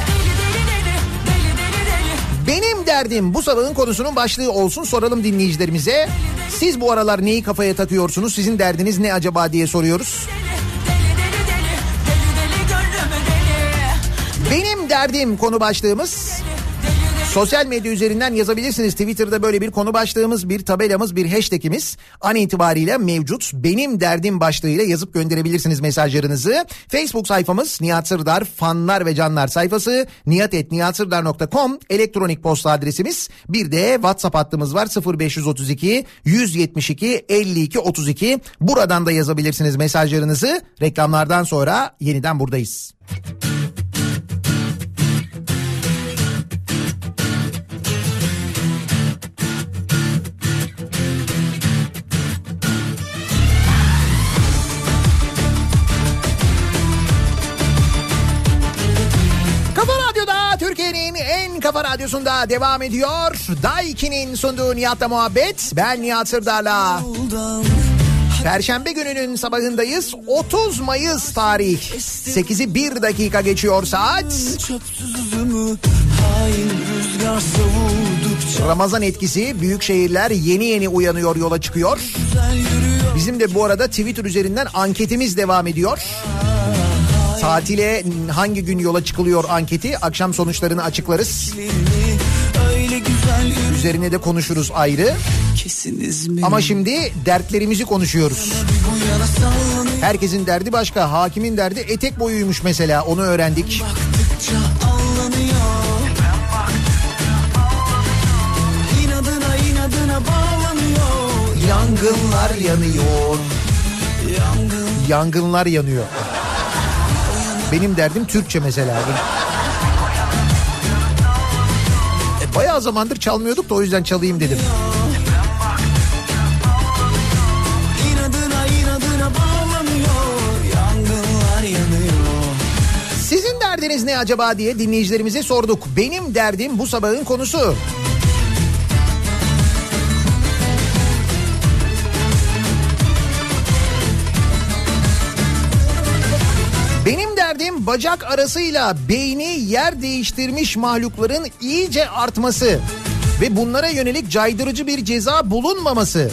Benim derdim bu sabahın konusunun başlığı olsun, soralım dinleyicilerimize. Siz bu aralar neyi kafaya takıyorsunuz? Sizin derdiniz ne acaba diye soruyoruz. Benim derdim konu başlığımız. Sosyal medya üzerinden yazabilirsiniz. Twitter'da böyle bir konu başlığımız, bir tabelamız, bir hashtagimiz an itibariyle mevcut. Benim derdim başlığıyla yazıp gönderebilirsiniz mesajlarınızı. Facebook sayfamız Nihat Sırdar fanlar ve canlar sayfası, nihat@nihatsırdar.com elektronik posta adresimiz. Bir de WhatsApp hattımız var, 0532 172 52 32. Buradan da yazabilirsiniz mesajlarınızı. Reklamlardan sonra yeniden buradayız. Türkiye'nin en kafa radyosunda devam ediyor. Daiki'nin sunduğu Nihat'la muhabbet. Ben Nihat Sırdar'la. Perşembe gününün sabahındayız. 30 Mayıs tarih. 8'i 1 dakika geçiyor saat. Ramazan etkisi, büyük şehirler yeni yeni uyanıyor, yola çıkıyor. Bizim de bu arada Twitter üzerinden anketimiz devam ediyor. Tatile hangi gün yola çıkılıyor anketi, akşam sonuçlarını açıklarız. Üzerine de konuşuruz ayrı. Ama şimdi dertlerimizi konuşuyoruz. Herkesin derdi başka. Hakimin derdi etek boyuymuş mesela, onu öğrendik. Yangınlar yanıyor. Yangınlar yanıyor. Benim derdim Türkçe mesela. Bayağı zamandır çalmıyorduk da o yüzden çalayım dedim. Sizin derdiniz ne acaba diye dinleyicilerimize sorduk. Benim derdim bu sabahın konusu. Benim derdim bacak arasıyla beyni yer değiştirmiş mahlukların iyice artması ve bunlara yönelik caydırıcı bir ceza bulunmaması.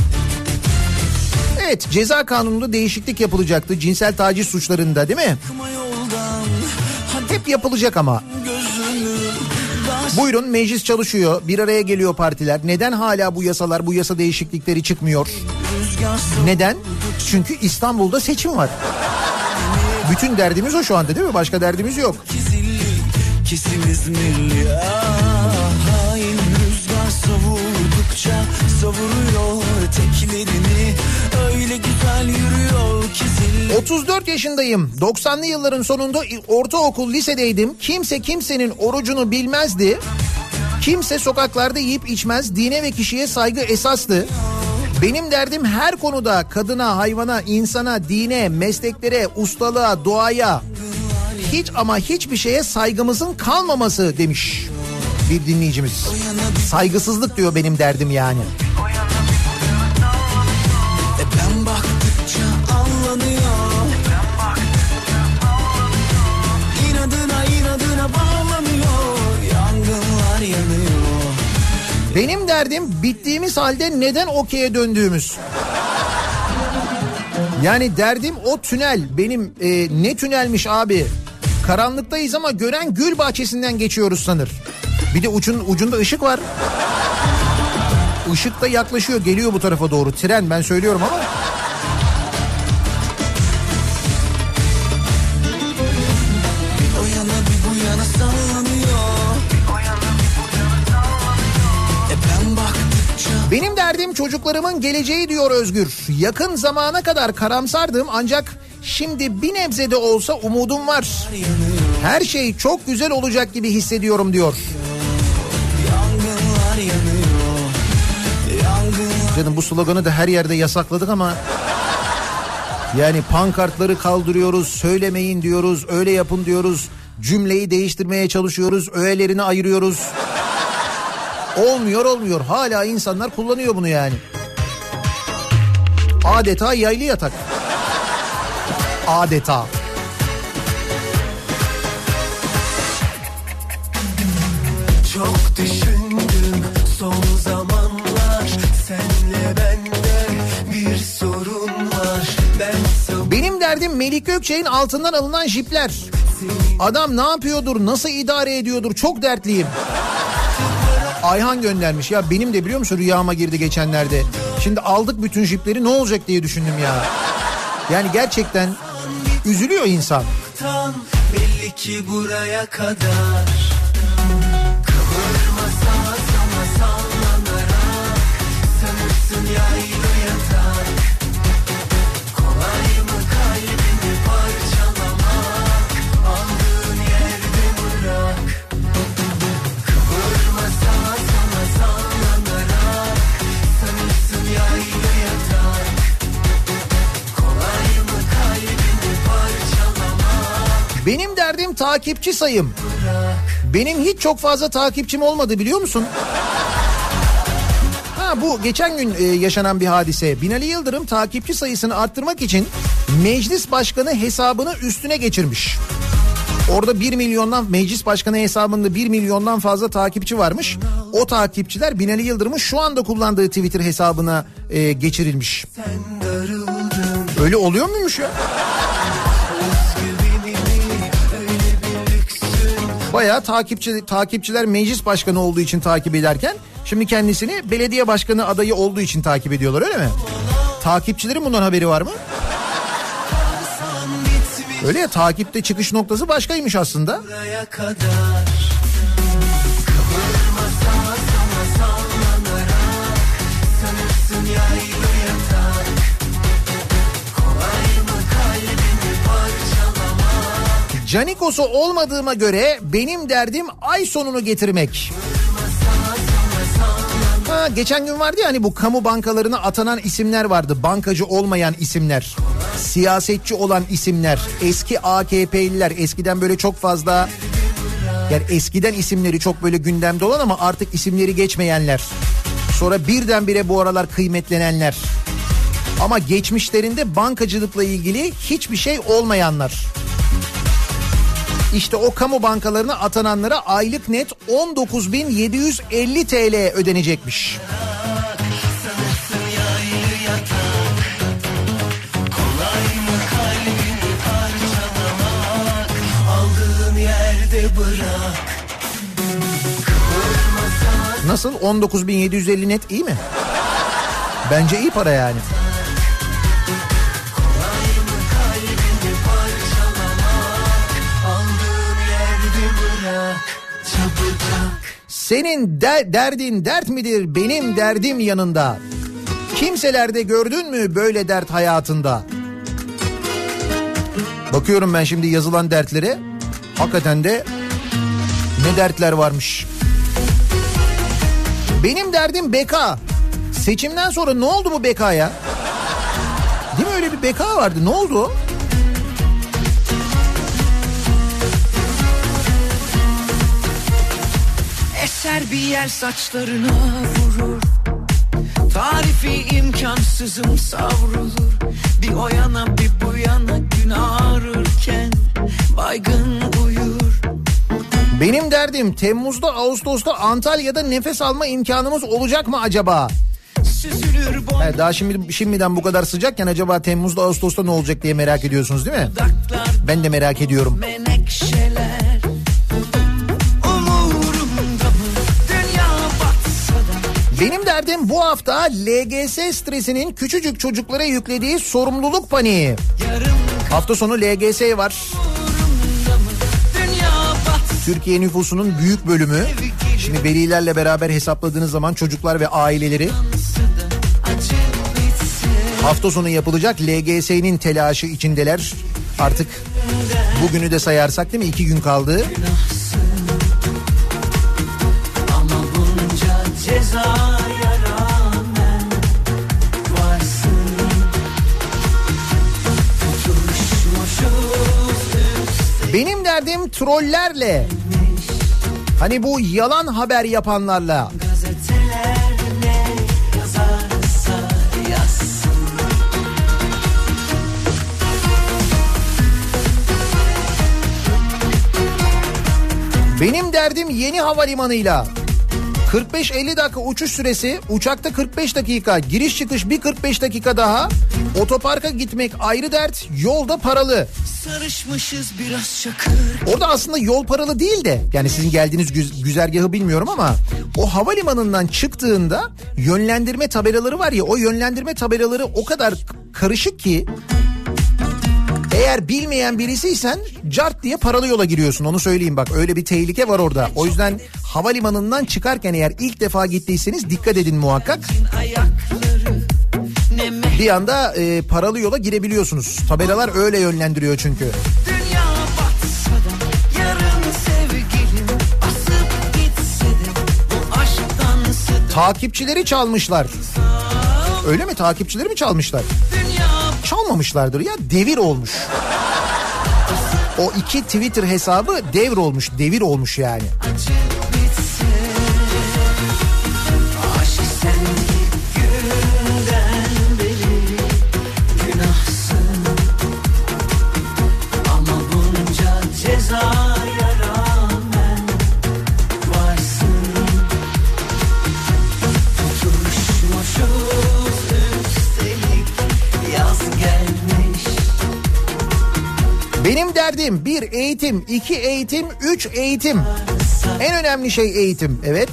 Evet, ceza kanununda değişiklik yapılacaktı cinsel taciz suçlarında, değil mi? Hep yapılacak ama. Buyurun, meclis çalışıyor, bir araya geliyor partiler. Neden hala bu yasalar, bu yasa değişiklikleri çıkmıyor? Neden? Çünkü İstanbul'da seçim var. Bütün derdimiz o şu anda, değil mi? Başka derdimiz yok. Kesin İzmirli, hain rüzgar savurdukça savuruyor teklerini, öyle güzel yürüyor ki zilli. 34 yaşındayım. 90'lı yılların sonunda ortaokul, lisedeydim. Kimse kimsenin orucunu bilmezdi. Kimse sokaklarda yiyip içmez. Dine ve kişiye saygı esastı. Benim derdim her konuda kadına, hayvana, insana, dine, mesleklere, ustalığa, doğaya, hiç ama hiçbir şeye saygımızın kalmaması demiş bir dinleyicimiz. Saygısızlık diyor benim derdim yani. Ben baktıkça anlanıyor. İnadına bağlanıyor. Yangınlar yanıyor. Benim derdim bittiğimiz halde neden okey'e döndüğümüz. Yani derdim o tünel. Benim ne tünelmiş abi. Karanlıktayız ama gören gül bahçesinden geçiyoruz sanır. Bir de ucunda ışık var. Işık da yaklaşıyor, geliyor bu tarafa doğru. Tren, ben söylüyorum ama. Bir o yana bir bu yana sallanıyor. Benim derdim çocuklarımın geleceği diyor Özgür. Yakın zamana kadar karamsardım ancak şimdi bir nebze de olsa umudum var. Her şey çok güzel olacak gibi hissediyorum diyor. Canım, bu sloganı da her yerde yasakladık ama yani pankartları kaldırıyoruz, söylemeyin diyoruz, öyle yapın diyoruz, cümleyi değiştirmeye çalışıyoruz, öğelerini ayırıyoruz. Olmuyor. Hala insanlar kullanıyor bunu yani. Adeta yaylı yatak. Adeta. Çok düşündüm son zamanlar, senle bende bir sorun var. Benim derdim Melik Gökçe'nin altından alınan jipler. Adam ne yapıyordur, nasıl idare ediyordur, çok dertliyim. Ayhan göndermiş. Ya benim de biliyor musun rüyama girdi geçenlerde. Şimdi aldık bütün jipleri, ne olacak diye düşündüm ya. Yani gerçekten üzülüyor insan. Belli ki buraya kadar. Kıvırma sağa sana sallanarak. Sanırsın yaylı yatak. Kolay mı kalbini parçalamak? Aldığın yerde bırak. Kıvırma sağa sana sallanarak. Sanırsın yaylı yatak. Kolay mı kalbini parçalamak? Benim derdim takipçi sayım. Benim hiç çok fazla takipçim olmadı biliyor musun? Bu geçen gün yaşanan bir hadise. Binali Yıldırım takipçi sayısını arttırmak için meclis başkanı hesabını üstüne geçirmiş. Orada 1 milyondan, meclis başkanı hesabında 1 milyondan fazla takipçi varmış. O takipçiler Binali Yıldırım'ın şu anda kullandığı Twitter hesabına geçirilmiş. Öyle oluyor muymuş ya? Bayağı takipçiler meclis başkanı olduğu için takip ederken şimdi kendisini belediye başkanı adayı olduğu için takip ediyorlar, öyle mi? Takipçilerin bundan haberi var mı? Öyle ya, takipte çıkış noktası başkaymış aslında. Canikos'u olmadığıma göre benim derdim ay sonunu getirmek. Geçen gün vardı ya hani bu kamu bankalarına atanan isimler vardı. Bankacı olmayan isimler, siyasetçi olan isimler, eski AKP'liler, eskiden böyle çok fazla, yani eskiden isimleri çok böyle gündemde olan ama artık isimleri geçmeyenler. Sonra birdenbire bu aralar kıymetlenenler. Ama geçmişlerinde bankacılıkla ilgili hiçbir şey olmayanlar. İşte o kamu bankalarına atananlara aylık net 19.750 TL ödenecekmiş. Nasıl? 19.750 net iyi mi? Bence iyi para yani. Senin derdin dert midir, benim derdim yanında. Kimselerde gördün mü böyle dert hayatında? Bakıyorum ben şimdi yazılan dertlere. Hakikaten de ne dertler varmış. Benim derdim beka. Seçimden sonra ne oldu bu bekaya? Değil mi, öyle bir beka vardı, ne oldu? Eser bir yer saçlarına vurur. Tarifi imkansızım savrulur. Bir o yana bir bu yana gün ağrırken baygın uyur. Benim derdim Temmuz'da Ağustos'ta Antalya'da nefes alma imkanımız olacak mı acaba? Daha şimdiden bu kadar sıcakken acaba Temmuz'da Ağustos'ta ne olacak diye merak ediyorsunuz değil mi? Ben de merak ediyorum. Menekşeler. Benim derdim bu hafta LGS stresinin küçücük çocuklara yüklediği sorumluluk paniği. Hafta sonu LGS var. Türkiye nüfusunun büyük bölümü. Şimdi velilerle beraber hesapladığınız zaman çocuklar ve aileleri hafta sonu yapılacak LGS'nin telaşı içindeler. Artık bugünü de sayarsak değil mi? 2 gün kaldı. Cezaya rağmen varsın. Benim derdim trollerle. Hani bu yalan haber yapanlarla. Benim derdim yeni havalimanıyla. 45-50 dakika uçuş süresi, uçakta 45 dakika, giriş çıkış bir 45 dakika daha, otoparka gitmek ayrı dert, yolda paralı. Sarışmışız biraz çakır. Orada aslında yol paralı değil de, yani sizin geldiğiniz güzergahı bilmiyorum ama o havalimanından çıktığında yönlendirme tabelaları var ya, o yönlendirme tabelaları o kadar karışık ki eğer bilmeyen birisiysen cart diye paralı yola giriyorsun, onu söyleyeyim bak, öyle bir tehlike var orada. O yüzden havalimanından çıkarken eğer ilk defa gittiyseniz dikkat edin muhakkak. Bir anda paralı yola girebiliyorsunuz. Tabelalar öyle yönlendiriyor çünkü. Dünya batsa da yarın sevgilim asıp gitse de bu aşktan sıdı. Takipçileri çalmışlar. Öyle mi? Takipçileri mi çalmışlar? Çalmamışlardır ya, devir olmuş. O iki Twitter hesabı devir olmuş, devir olmuş yani. Benim derdim 1 eğitim, 2 eğitim, 3 eğitim. En önemli şey eğitim, evet.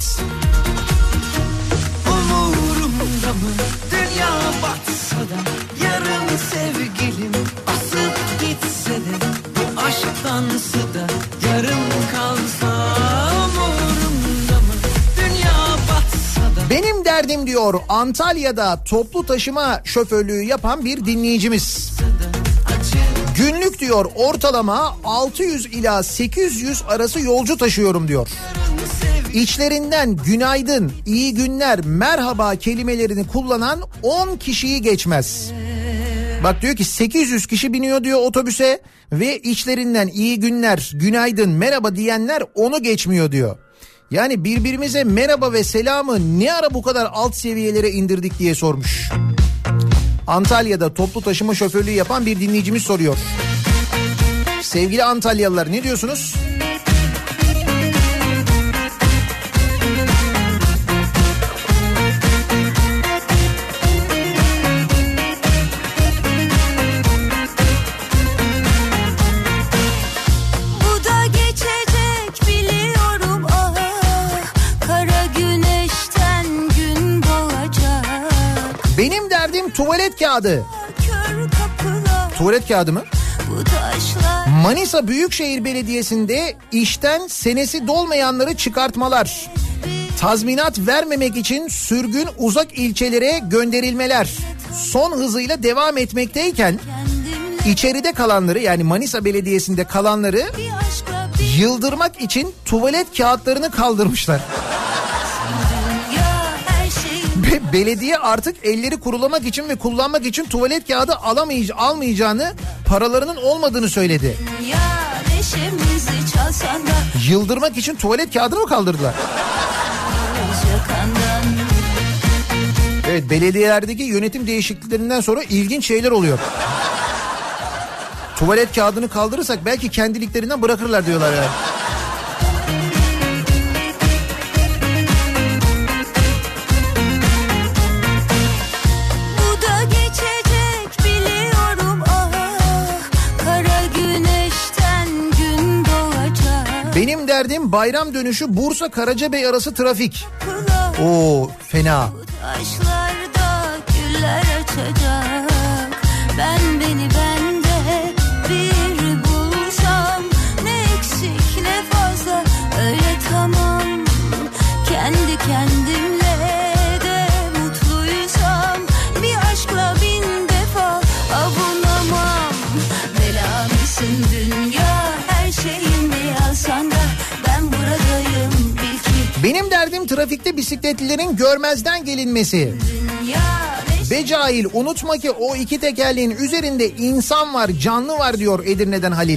Umurumda mı dünya batsa da yarın sevgilim asıp gitse de bu aşktan sıda yarım kalsa. Umurumda mı dünya batsa da. Benim derdim diyor Antalya'da toplu taşıma şoförlüğü yapan bir dinleyicimiz. Günlük diyor ortalama 600 ila 800 arası yolcu taşıyorum diyor. İçlerinden günaydın, iyi günler, merhaba kelimelerini kullanan 10 kişiyi geçmez. Bak diyor ki 800 kişi biniyor diyor otobüse ve içlerinden iyi günler, günaydın, merhaba diyenler onu geçmiyor diyor. Yani birbirimize merhaba ve selamı ne ara bu kadar alt seviyelere indirdik diye sormuş. Antalya'da toplu taşıma şoförlüğü yapan bir dinleyicimiz soruyor. Sevgili Antalyalılar, ne diyorsunuz? Bu da geçecek biliyorum, ah, kara güneşten gün doğacak. Benim derdim tuvalet kağıdı. Tuvalet kağıdı mı? Manisa Büyükşehir Belediyesi'nde işten senesi dolmayanları çıkartmalar. Tazminat vermemek için sürgün uzak ilçelere gönderilmeler son hızıyla devam etmekteyken içeride kalanları, yani Manisa Belediyesi'nde kalanları yıldırmak için tuvalet kağıtlarını kaldırmışlar. Belediye artık elleri kurulamak için ve kullanmak için tuvalet kağıdı almayacağını, paralarının olmadığını söyledi. Yıldırmak için tuvalet kağıdını mı kaldırdılar? Evet, belediyelerdeki yönetim değişikliklerinden sonra ilginç şeyler oluyor. Tuvalet kağıdını kaldırırsak belki kendiliklerinden bırakırlar diyorlar yani. Benim derdim bayram dönüşü Bursa Karacabey arası trafik. Oo, fena. Taşlarda güller açacak. Ben beni bende bir bulsam, ne eksik ne fazla, öyle tamam. Kendi kendimle de mutluysam, bir aşkla bin defa avunamam. Bela mısın dünya, her şeyimi alsan da ben buradayım bil ki. Benim derdim trafikte bisikletlilerin görmezden gelinmesi. Be cahil, unutma ki o iki tekerleğin üzerinde insan var, canlı var diyor Edirne'den Halil.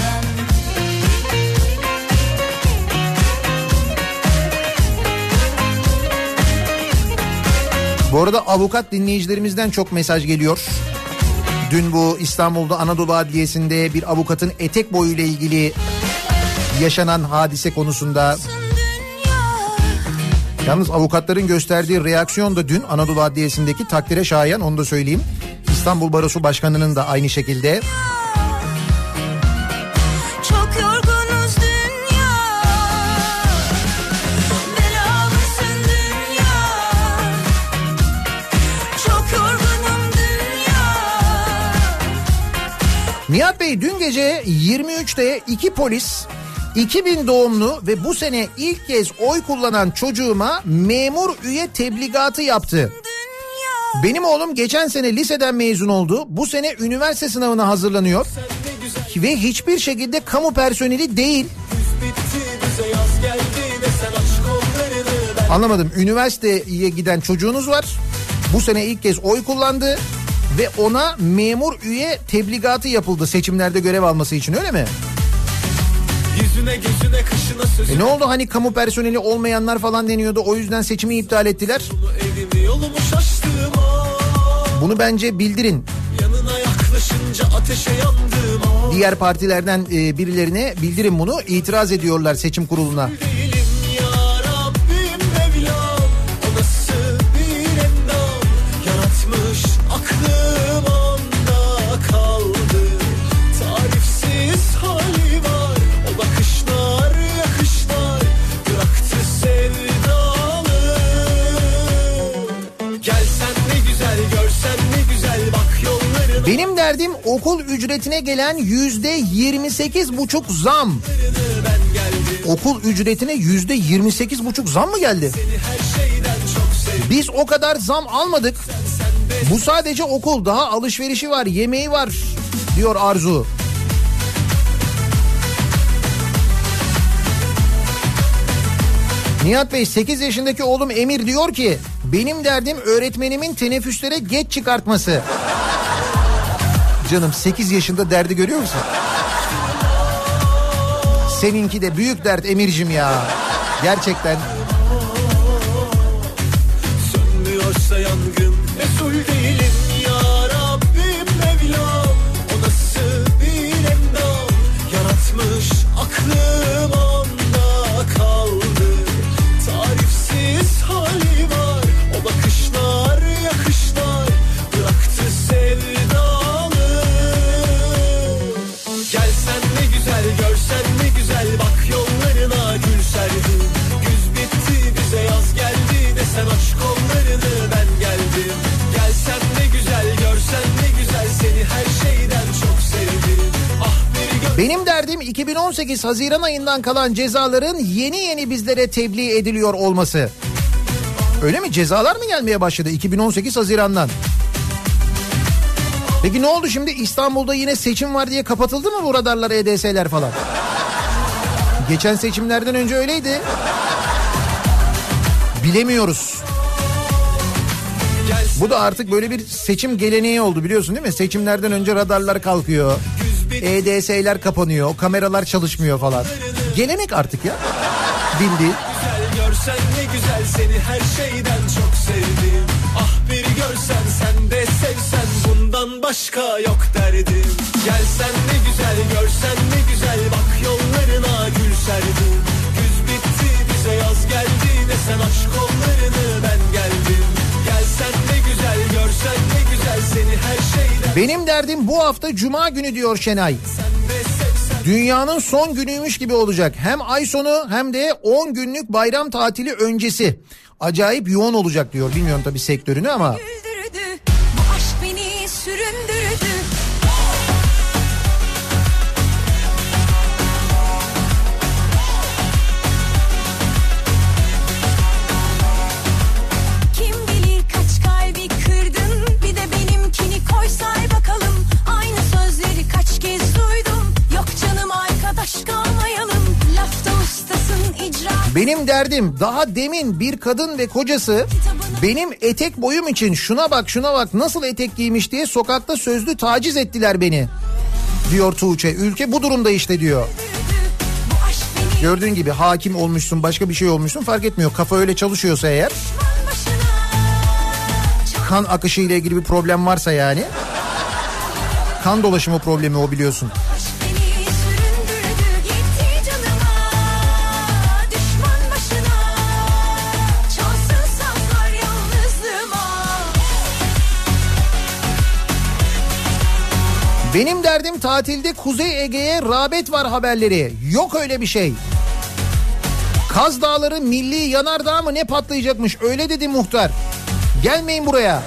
Bu arada avukat dinleyicilerimizden çok mesaj geliyor. Dün bu İstanbul'da Anadolu Adliyesi'nde bir avukatın etek boyuyla ilgili yaşanan hadise konusunda Yalnız avukatların gösterdiği reaksiyon da dün Anadolu Adliyesi'ndeki takdire şayan, onu da söyleyeyim. İstanbul Barosu Başkanı'nın da aynı şekilde. Çok yorgunuz dünya, belamısın dünya. Çok yorgunum dünya. Nihat Bey, dün gece 23'te 2 polis 2000 doğumlu ve bu sene ilk kez oy kullanan çocuğuma memur üye tebligatı yaptı. Benim oğlum geçen sene liseden mezun oldu. Bu sene üniversite sınavına hazırlanıyor. Ve hiçbir şekilde kamu personeli değil. Anlamadım. Üniversiteye giden çocuğunuz var. Bu sene ilk kez oy kullandı. Ve ona memur üye tebligatı yapıldı seçimlerde görev alması için, öyle mi? Yüzüne gözüne kaşına sözüne. Ne oldu hani kamu personeli olmayanlar falan deniyordu, o yüzden seçimi iptal ettiler. Evimi yolumu şaştığıma. Bunu bence bildirin. Yanına yaklaşınca ateşe yandım. Diğer partilerden birilerine bildirin bunu. İtiraz ediyorlar seçim kuruluna. Değilim ya Rabbim Mevlam. O nasıl bir endam. Yaratmış aklım onda kaldı. Tarifsiz hali var. O bakışlar yakışlar. Bıraktı sevdalı. Gelsen ne güzel, görsen ne güzel, bak yollarına. Benim derdim okul ücretine gelen %28,5 zam. Ben geldim. Okul ücretine %28,5 zam mı geldi? Seni her şeyden çok sevdim. Biz o kadar zam almadık. Bu sadece okul, daha alışverişi var, yemeği var diyor Arzu. Nihat Bey, 8 yaşındaki oğlum Emir diyor ki benim derdim öğretmenimin teneffüslere geç çıkartması. Canım 8 yaşında derdi görüyor musun? Seninki de büyük dert Emir'cim ya. Gerçekten. Sönmüyorsa yangın mesul değilim ya Rabbim Mevlam. O nasıl bir endam. Yaratmış aklım onda kaldı. Tarifsiz hali var. O bakışlar yakışlar. Bıraktı sevdalı. Gelsen ne güzel, görsen ne güzel, bak yollarına gül serdim. Güz bitti bize yaz geldi, desen aç kollarını ben geldim. Gelsen ne güzel, görsen ne güzel, seni her şeyden çok sevdim. Ah bir Benim derdim 2018 Haziran ayından kalan cezaların yeni yeni bizlere tebliğ ediliyor olması. Öyle mi? Cezalar mı gelmeye başladı 2018 Haziran'dan? Peki ne oldu şimdi? İstanbul'da yine seçim var diye kapatıldı mı bu radarlar, EDS'ler falan? Geçen seçimlerden önce öyleydi. Bilemiyoruz. Bu da artık böyle bir seçim geleneği oldu, biliyorsun değil mi? Seçimlerden önce radarlar kalkıyor. EDS'ler kapanıyor, kameralar çalışmıyor falan. Gelenek artık ya. Bildiğin. güzel, görsen ne güzel, seni her şeyden çok sevdim. Ah bir görsen, sen de sevsen, bundan başka yok derdim. Gelsen ne güzel, görsen ne güzel, bak yollarına gül serdim. Güz bitti bize yaz geldi, desen aç kollarını ben geldim. Gelsen ne güzel, görsen ne güzel, seni her şeyden. Benim derdim bu hafta Cuma günü diyor Şenay. Dünyanın son günüymüş gibi olacak. Hem ay sonu hem de 10 günlük bayram tatili öncesi. Acayip yoğun olacak diyor. Bilmiyorum tabii sektörünü ama. Güldürdü, bu aşk beni süründürdü. Kim bilir kaç kalbi kırdın, bir de benimkini koy say bakalım. Aynı sözleri kaç kez duydum. Yok canım arkadaş kalmayalım. Lafta ustasın icra. Benim derdim daha demin bir kadın ve kocası benim etek boyum için şuna bak şuna bak nasıl etek giymiş diye sokakta sözlü taciz ettiler beni. Diyor Tuğçe. Ülke bu durumda işte diyor. Gördüğün gibi hakim olmuşsun, başka bir şey olmuşsun, fark etmiyor. Kafa öyle çalışıyorsa eğer, kan akışı ile ilgili bir problem varsa yani, kan dolaşımı problemi o, biliyorsun. Benim derdim tatilde Kuzey Ege'ye rağbet var haberleri. Yok öyle bir şey. Kaz Dağları milli yanardağ mı ne patlayacakmış öyle dedi muhtar. Gelmeyin buraya.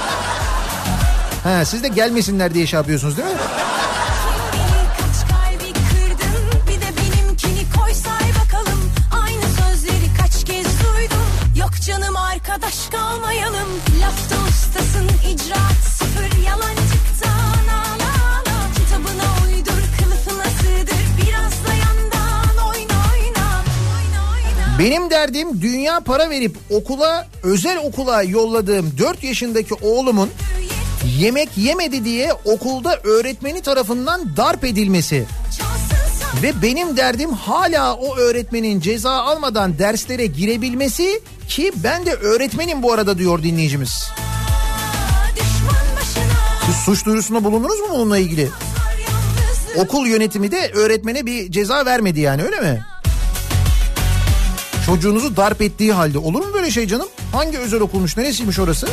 Siz de gelmesinler diye şey yapıyorsunuz değil mi? Kaç kalbi kırdın bir de benimkini koy say bakalım. Aynı sözleri kaç kez duydum. Yok canım arkadaş kalmayalım. Lafta ustasın icraat sıfır yalancıktan ağla. Kitabına uydur kılıfına sığdır biraz da yandan oyna. Benim derdim dünya para verip özel okula yolladığım 4 yaşındaki oğlumun yemek yemedi diye okulda öğretmeni tarafından darp edilmesi. Ve benim derdim hala o öğretmenin ceza almadan derslere girebilmesi ki ben de öğretmenim bu arada diyor dinleyicimiz. Siz suç duyurusunda bulundunuz mu bununla ilgili? Okul yönetimi de öğretmene bir ceza vermedi yani öyle mi? Çocuğunuzu darp ettiği halde olur mu böyle şey canım? Hangi özel okulmuş, neresiymiş orası?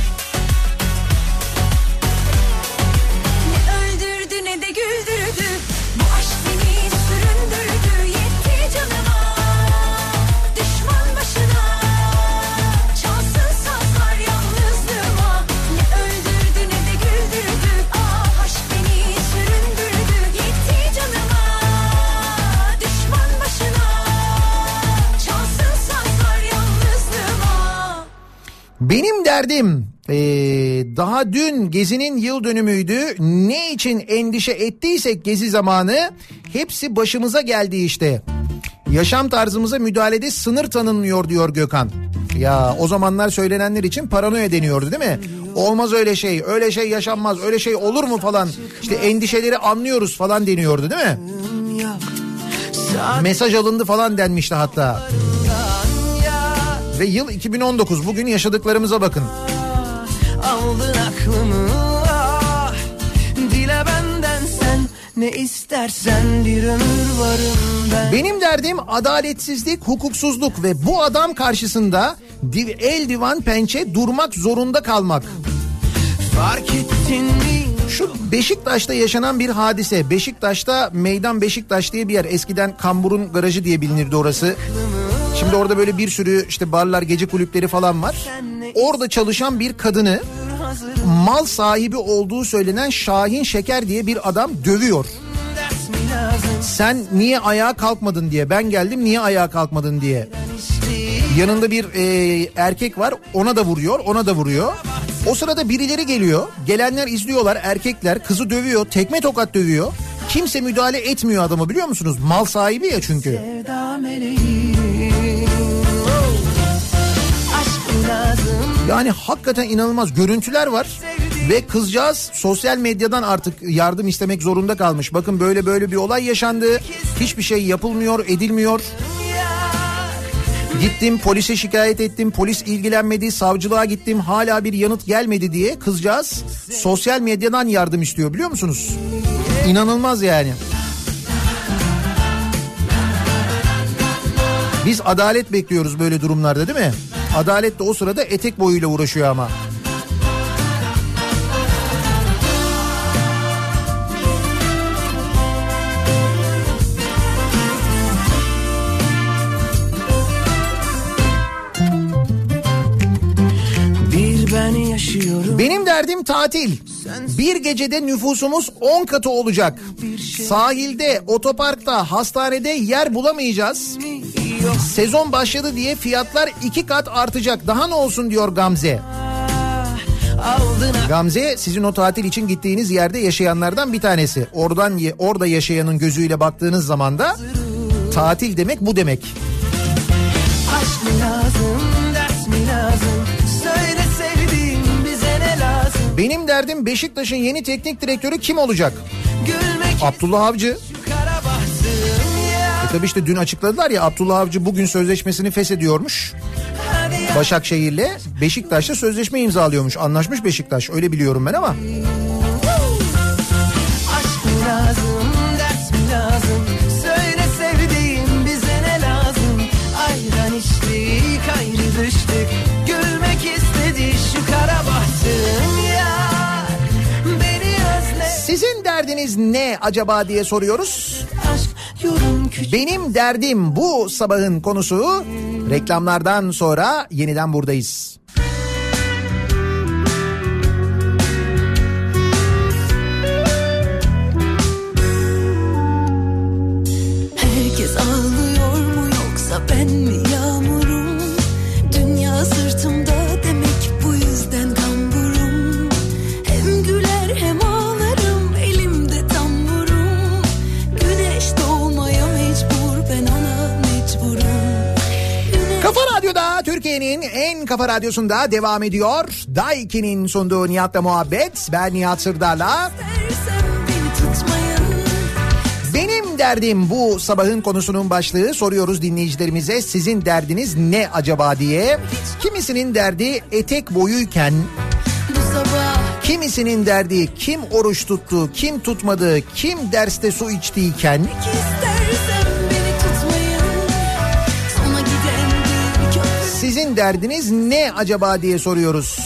Benim derdim daha dün Gezi'nin yıl dönümüydü. Ne için endişe ettiysek Gezi zamanı hepsi başımıza geldi işte. Yaşam tarzımıza müdahalede sınır tanınmıyor diyor Gökhan. Ya o zamanlar söylenenler için paranoya deniyordu değil mi? Olmaz öyle şey yaşanmaz, öyle şey olur mu falan. İşte endişeleri anlıyoruz falan deniyordu değil mi? Mesaj alındı falan denmişti hatta. Ve yıl 2019, bugün yaşadıklarımıza bakın. Aldın aklımı, dile benden sen ne istersen bir ömür varım ben. Benim derdim adaletsizlik, hukuksuzluk ve bu adam karşısında el divan pençe durmak zorunda kalmak. Fark ettin mi? Şu Beşiktaş'ta yaşanan bir hadise. Beşiktaş'ta Meydan Beşiktaş diye bir yer. Eskiden Kambur'un garajı diye bilinirdi orası. Şimdi orada böyle bir sürü işte barlar, gece kulüpleri falan var. Orada çalışan bir kadını mal sahibi olduğu söylenen Şahin Şeker diye bir adam dövüyor. Sen niye ayağa kalkmadın diye. Ben geldim niye ayağa kalkmadın diye. Yanında bir erkek var, ona da vuruyor. O sırada birileri geliyor. Gelenler izliyorlar, erkekler kızı dövüyor, tekme tokat dövüyor. Kimse müdahale etmiyor adamı, biliyor musunuz? Mal sahibi ya çünkü. Yani hakikaten inanılmaz görüntüler var. Ve kızcağız sosyal medyadan artık yardım istemek zorunda kalmış. Bakın böyle bir olay yaşandı. Hiçbir şey yapılmıyor, edilmiyor. Gittim polise şikayet ettim, polis ilgilenmedi, savcılığa gittim, hala bir yanıt gelmedi diye kızcağız sosyal medyadan yardım istiyor, biliyor musunuz? İnanılmaz yani. Biz adalet bekliyoruz böyle durumlarda değil mi? Adalet de o sırada etek boyuyla uğraşıyor ama. Benim derdim tatil. Bir gecede nüfusumuz 10 katı olacak. Sahilde, otoparkta, hastanede yer bulamayacağız. Sezon başladı diye fiyatlar 2 kat artacak. Daha ne olsun diyor Gamze. Gamze sizin o tatil için gittiğiniz yerde yaşayanlardan bir tanesi. Orada yaşayanın gözüyle baktığınız zaman da tatil demek bu demek. Aşk mı lazım, ders mi lazım? Söyle sevdiğim bize ne lazım? Benim derdim Beşiktaş'ın yeni teknik direktörü kim olacak? Abdullah Avcı. Tabii işte dün açıkladılar ya, Abdullah Avcı bugün sözleşmesini feshediyormuş. Başakşehir'le Beşiktaş'ta sözleşme imzalıyormuş. Anlaşmış Beşiktaş, öyle biliyorum ben ama. Aşk mı lazım, ders mi lazım? Söyle sevdiğim bize ne lazım? Ayran içtik, ayrı düştük. Gülmek istedi şu kara bahtım ya. Beni özle. Sizin Sizin derdiniz ne acaba diye soruyoruz. Benim derdim bu sabahın konusu. Reklamlardan sonra yeniden buradayız. Herkes ağlıyor mu yoksa ben mi yağmurum? Dünya sırtımda demek bu yüzden kamburum. Hem güler hem ağlarım elimde tamburum. Güneş doğmaya mecbur ben ona mecburum. Kafa Radyo'da Türkiye'nin en kafa radyosunda devam ediyor. Daiki'nin sunduğu Nihat'la muhabbet. Ben Nihat Sırdar'la. Benim derdim bu sabahın konusunun başlığı. Soruyoruz dinleyicilerimize sizin derdiniz ne acaba diye. Kimisinin derdi etek boyuyken, kimisinin derdi kim oruç tuttu, kim tutmadı, kim derste su içtiyken, sizin derdiniz ne acaba diye soruyoruz.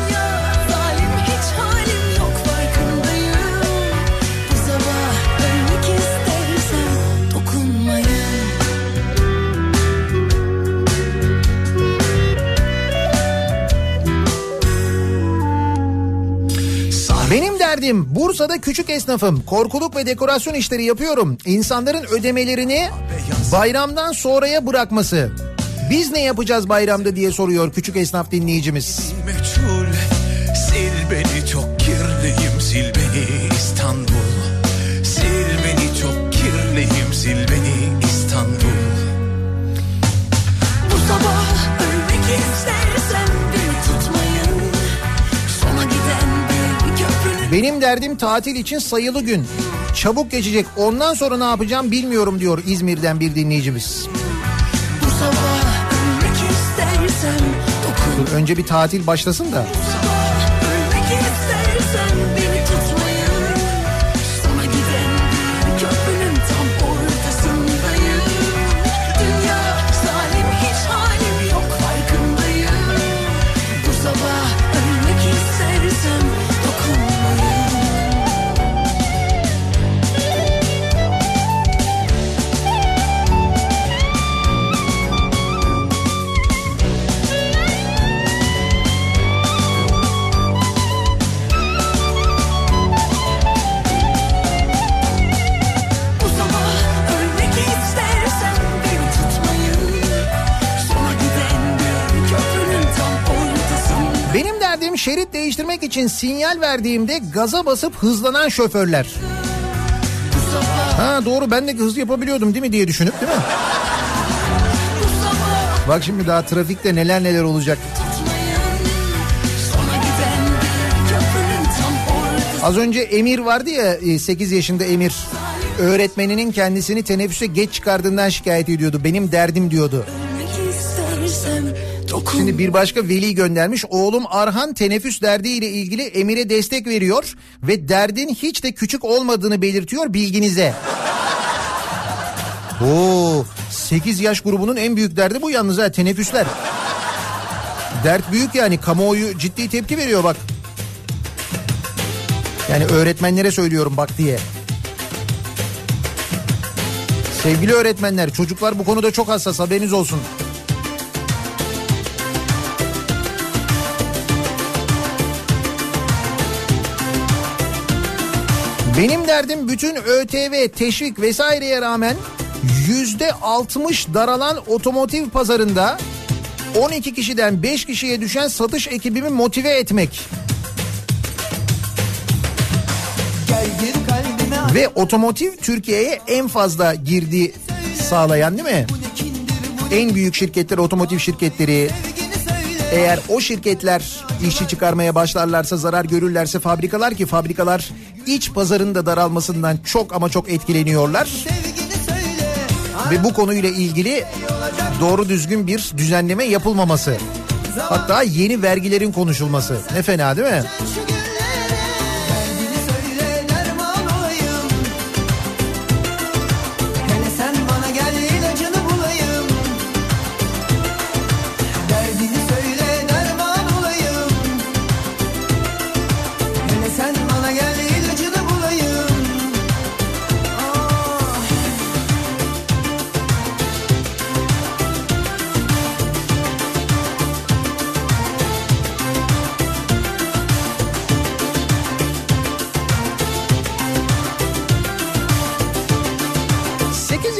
Benim derdim Bursa'da küçük esnafım. Korkuluk ve dekorasyon işleri yapıyorum. İnsanların ödemelerini bayramdan sonraya bırakması. Biz ne yapacağız bayramda diye soruyor küçük esnaf dinleyicimiz. Meçhul, sil beni çok kirliyim, sil beni İstanbul. Sil beni çok kirliyim, sil beni İstanbul. Bu sabah ölmek istersen beni tutmayın. Sona giden bir köprünün. Benim derdim tatil için sayılı gün. Çabuk geçecek. Ondan sonra ne yapacağım bilmiyorum diyor İzmir'den bir dinleyicimiz. Bu sabah ölmek istersen dokun. Dur, önce bir tatil başlasın da. Ölmek istersen beni tutmayın. Sona giden bir köprünün tam ortasındayım. Dünya zalim hiç halim yok farkındayım. Bu sabah ölmek istersen dokunmayın. Bu sabah ölmek istersen beni tutmayın. Sona giden bir köprünün tam ortasında. Benim derdim şerit değiştirmek için sinyal verdiğimde gaza basıp hızlanan şoförler. Bu sabah, Ha doğru, ben de hız yapabiliyordum değil mi diye düşünüp, değil mi? bu sabah Bak şimdi daha trafikte neler neler olacak. tutmayın. Sona giden bir köprünün tam ortasında. Az önce Emir vardı ya, 8 yaşında Emir. Öğretmeninin kendisini teneffüse geç çıkardığından şikayet ediyordu. Benim derdim diyordu. Ölmek istersem dokun. Şimdi bir başka veli göndermiş. Oğlum Arhan teneffüs derdiyle ilgili Emir'e destek veriyor ve derdin hiç de küçük olmadığını belirtiyor, bilginize. Oo, 8 yaş grubunun en büyük derdi bu yalnız ha, teneffüsler. Dert büyük yani, kamuoyu ciddi tepki veriyor bak. Yani öğretmenlere söylüyorum bak diye. Sevgili öğretmenler, çocuklar bu konuda çok hassas, haberiniz olsun. Benim derdim bütün ÖTV, teşvik vesaireye rağmen %60 daralan otomotiv pazarında 12 kişiden 5 kişiye düşen satış ekibimi motive etmek. Ve otomotiv Türkiye'ye en fazla girdi sağlayan, değil mi? En büyük şirketler, otomotiv şirketleri. Eğer o şirketler işçi çıkarmaya başlarlarsa, zarar görürlerse fabrikalar, ki fabrikalar iç pazarın da daralmasından çok ama çok etkileniyorlar. Ve bu konuyla ilgili doğru düzgün bir düzenleme yapılmaması. Hatta yeni vergilerin konuşulması. Ne fena değil mi?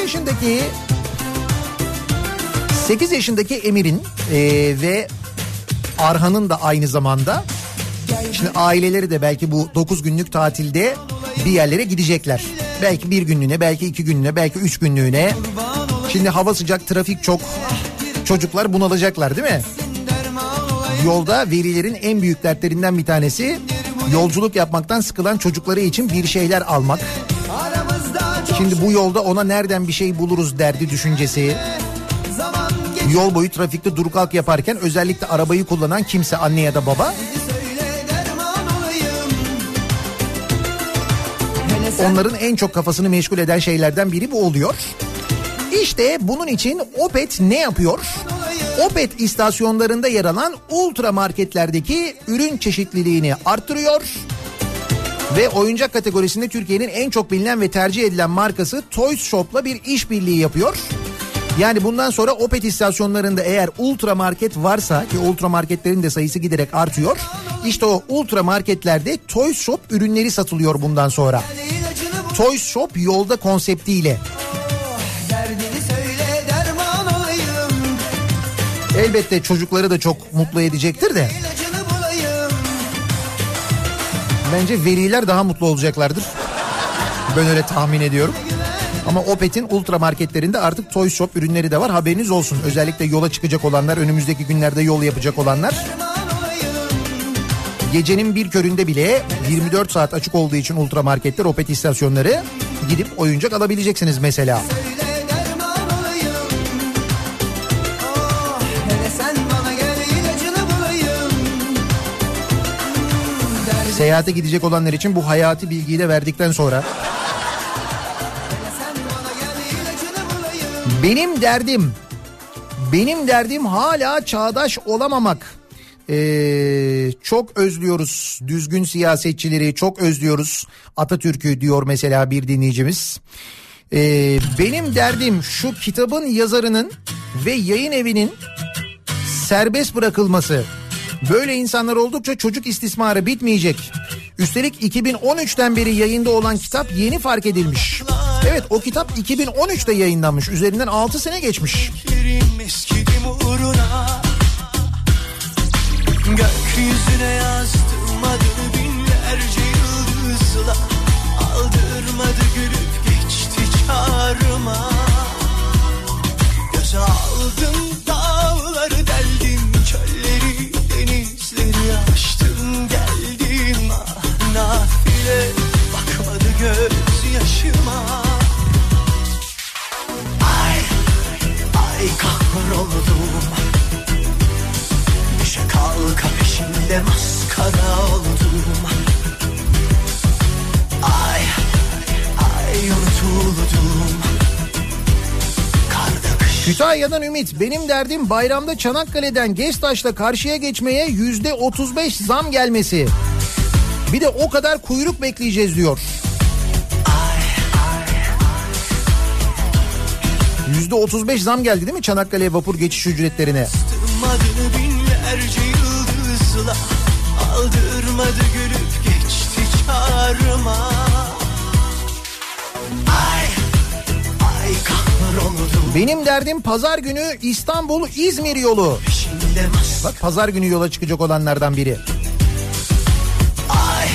8 yaşındaki Emir'in ve Arhan'ın da aynı zamanda, şimdi aileleri de belki bu 9 günlük tatilde bir yerlere gidecekler. Belki bir günlüğüne, belki 2 günlüğüne, belki 3 günlüğüne. Şimdi hava sıcak, trafik çok. Çocuklar bunalacaklar değil mi? Yolda velilerin en büyük dertlerinden bir tanesi yolculuk yapmaktan sıkılan çocukları için bir şeyler almak. Şimdi bu yolda ona nereden bir şey buluruz derdi, düşüncesi. Yol boyu trafikte dur kalk yaparken özellikle arabayı kullanan kimse, anne ya da baba, onların en çok kafasını meşgul eden şeylerden biri bu oluyor. İşte bunun için Opet ne yapıyor? Opet istasyonlarında yer alan ultra marketlerdeki ürün çeşitliliğini arttırıyor. Ve oyuncak kategorisinde Türkiye'nin en çok bilinen ve tercih edilen markası Toys Shop'la bir işbirliği yapıyor. Yani bundan sonra Opet istasyonlarında eğer ultra market varsa, ki ultra marketlerin de sayısı giderek artıyor, İşte o ultra marketlerde Toys Shop ürünleri satılıyor bundan sonra. Toys Shop yolda konseptiyle. Elbette çocukları da çok mutlu edecektir de. Bence veliler daha mutlu olacaklardır. Ben öyle tahmin ediyorum. Ama Opet'in ultra marketlerinde artık Toys Shop ürünleri de var, haberiniz olsun. Özellikle yola çıkacak olanlar, önümüzdeki günlerde yol yapacak olanlar. Gecenin bir köründe bile 24 saat açık olduğu için ultra marketler, Opet istasyonları, gidip oyuncak alabileceksiniz mesela. Seyahate gidecek olanlar için bu hayati bilgiyi de verdikten sonra. Benim derdim hala çağdaş olamamak. Çok özlüyoruz düzgün siyasetçileri, çok özlüyoruz Atatürk'ü diyor mesela bir dinleyicimiz. Benim derdim şu kitabın yazarının ve yayın evinin serbest bırakılması. Böyle insanlar oldukça çocuk istismarı bitmeyecek. Üstelik 2013'ten beri yayında olan kitap yeni fark edilmiş. Evet, o kitap 2013'te yayınlanmış. Üzerinden 6 sene geçmiş. Gökyüzüne yazdım adını binlerce yıldızla, aldırmadı gülüp geçti çağrıma. Göze aldım dağları deldim, çölleri denizleri aştım geldim. Ah nafile bakmadı göz yaşıma. Ay kahroldum, düşe kalka peşinde maskara oldum. Ay unutuldum. Kütahya'dan Ümit, benim derdim bayramda Çanakkale'den Gestaş'la karşıya geçmeye %35 zam gelmesi. Bir de o kadar kuyruk bekleyeceğiz diyor. %35 zam geldi değil mi Çanakkale vapur geçiş ücretlerine? Adını binlerce yıldızla, aldırmadı gülüp geçti çağrıma. Ay kahroldum. Benim derdim pazar günü İstanbul-İzmir yolu. Bak, pazar günü yola çıkacak olanlardan biri. Ay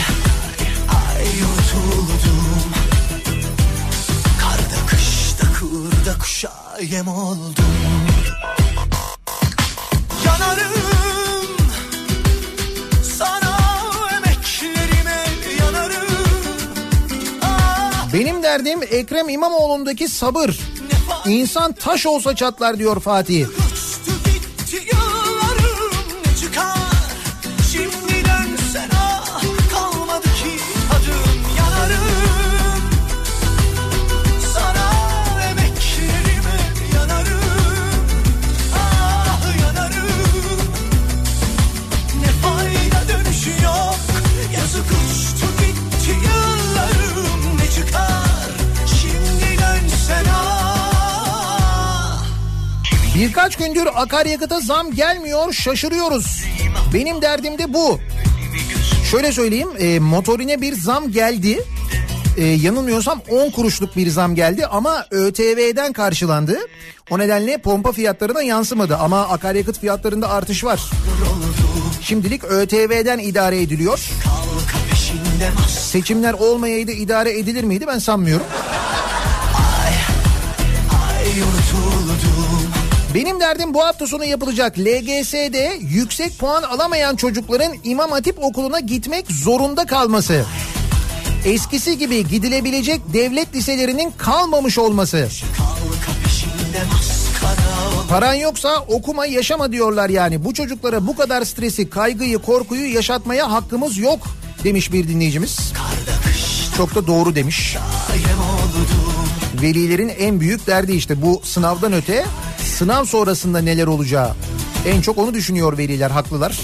unutuldum. Karda kışta kurda kuşa yem oldum. Yanarım sana, emeklerime yanarım. Benim derdim Ekrem İmamoğlu'ndaki sabır. İnsan taş olsa çatlar diyor Fatih. Uçtu gitti yıllarım, çıkar şimdi dönsen ah, kalmadı ki adım. Yanarım sana, emeklerime yanarım. Ah yanarım, ne fayda dönüşü yok. Yazık uçtu gitti yıllarım, ne çıkar şimdi dönsen ah. Birkaç gündür akaryakıta zam gelmiyor, şaşırıyoruz. Benim derdim de bu. Şöyle söyleyeyim, motorine bir zam geldi. yanılmıyorsam 10 kuruşluk bir zam geldi ama ÖTV'den karşılandı. O nedenle pompa fiyatlarına yansımadı ama akaryakıt fiyatlarında artış var. Şimdilik ÖTV'den idare ediliyor. Seçimler olmayaydı idare edilir miydi ben sanmıyorum. Benim derdim bu hafta sonu yapılacak LGS'de yüksek puan alamayan çocukların İmam Hatip Okulu'na gitmek zorunda kalması. Eskisi gibi gidilebilecek devlet liselerinin kalmamış olması. Paran yoksa okuma yaşama diyorlar yani. Bu çocuklara bu kadar stresi, kaygıyı, korkuyu yaşatmaya hakkımız yok demiş bir dinleyicimiz. Çok da doğru demiş. Velilerin en büyük derdi işte bu sınavdan öte sınav sonrasında neler olacağı. En çok onu düşünüyor veliler, haklılar.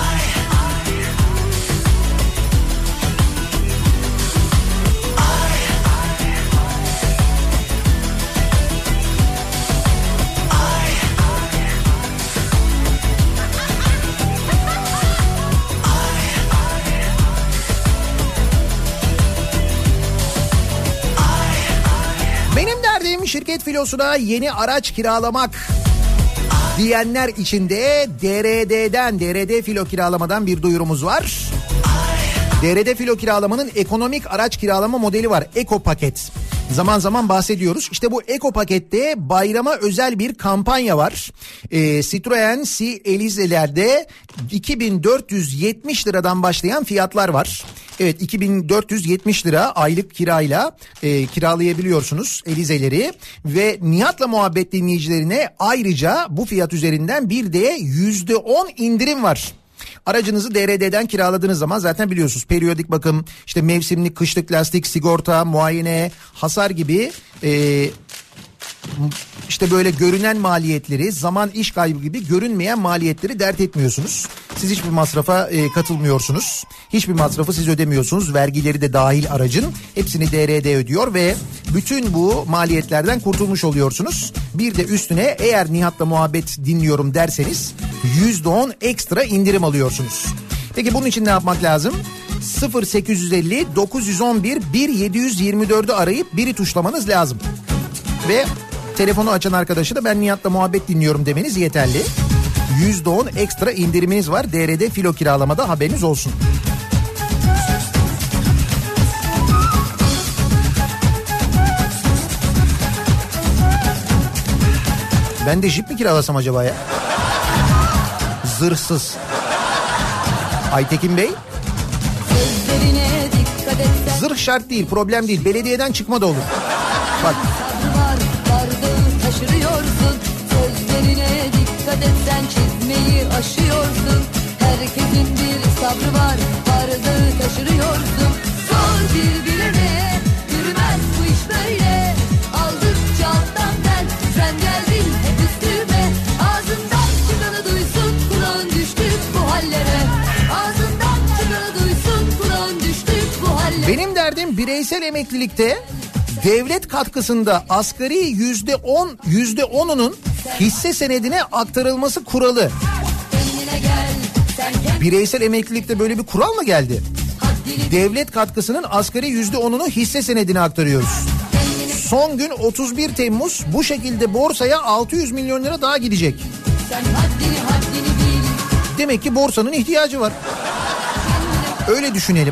Şirket filosuna yeni araç kiralamak diyenler için de DRD filo kiralamadan bir duyurumuz var. DRD filo kiralamanın ekonomik araç kiralama modeli var. Eko paket. Zaman zaman bahsediyoruz. İşte bu Eko pakette bayrama özel bir kampanya var. Citroen C Elize'lerde 2470 liradan başlayan fiyatlar var. Evet 2470 lira aylık kirayla kiralayabiliyorsunuz Elize'leri ve Nihat'la muhabbet dinleyicilerine ayrıca bu fiyat üzerinden bir de %10 indirim var. Aracınızı DRD'den kiraladığınız zaman zaten biliyorsunuz periyodik bakım, işte mevsimlik, kışlık lastik, sigorta, muayene, hasar gibi işte böyle görünen maliyetleri, zaman iş kaybı gibi görünmeyen maliyetleri dert etmiyorsunuz. Siz hiçbir masrafa katılmıyorsunuz. Hiçbir masrafı siz ödemiyorsunuz. Vergileri de dahil aracın. Hepsini DRD ödüyor ve bütün bu maliyetlerden kurtulmuş oluyorsunuz. Bir de üstüne eğer Nihat'la muhabbet dinliyorum derseniz %10 ekstra indirim alıyorsunuz. Peki bunun için ne yapmak lazım? 0850 911 1724'ü arayıp biri tuşlamanız lazım. Ve telefonu açan arkadaşı da ben Nihat'la muhabbet dinliyorum demeniz yeterli. %10 ekstra indiriminiz var DRD filo kiralamada, haberiniz olsun. Ben de jip mi kiralasam acaba ya? Zırhsız. Aytekin Bey. Zırh şart değil, problem değil. Belediyeden çıkma da olur. Bak. Taşırıyorsun, sözlerine dikkat et, sen çizmeyi aşıyorsun. Herkesin bir sabrı var, bardağı taşırıyorsun. Sor bir bilene, yürümez bu iş böyle. Aldıkça alttan ben, sen geldin hep üstüme. Ağzından çıkanı duysun, kulağın düştük bu hallere. Ağzından çıkanı duysun, kulağın düştük bu hallere. Benim derdim bireysel emeklilikte devlet katkısında asgari %10'unun hisse senedine aktarılması kuralı. Bireysel emeklilikte böyle bir kural mı geldi? Devlet katkısının asgari %10'unu hisse senedine aktarıyoruz. Son gün 31 Temmuz, bu şekilde borsaya 600 milyon lira daha gidecek. Demek ki borsanın ihtiyacı var. Öyle düşünelim.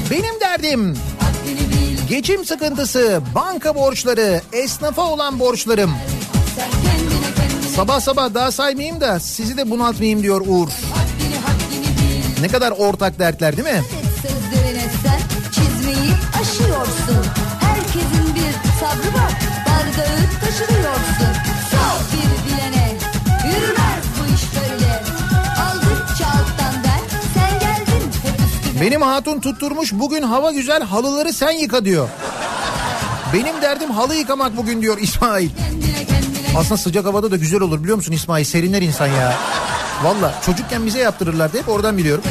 Benim derdim geçim sıkıntısı, banka borçları, esnafa olan borçlarım. Sabah sabah daha saymayayım da sizi de bunaltmayayım diyor Uğur. Ne kadar ortak dertler değil mi? Sözlerine sen çizmeyi aşıyorsun. Herkesin bir sabrı var. Bardağı taşırıyorsun. Sor bir bilene. Yürümez bu iş böyle. Aldıkça alttan der. Sen geldin hep üstüme. Benim hatun tutturmuş bugün hava güzel halıları sen yıka diyor. Benim derdim halı yıkamak bugün diyor İsmail. Aslında sıcak havada da güzel olur biliyor musun İsmail? Serinler insan ya. Valla çocukken bize yaptırırlardı hep oradan biliyorum.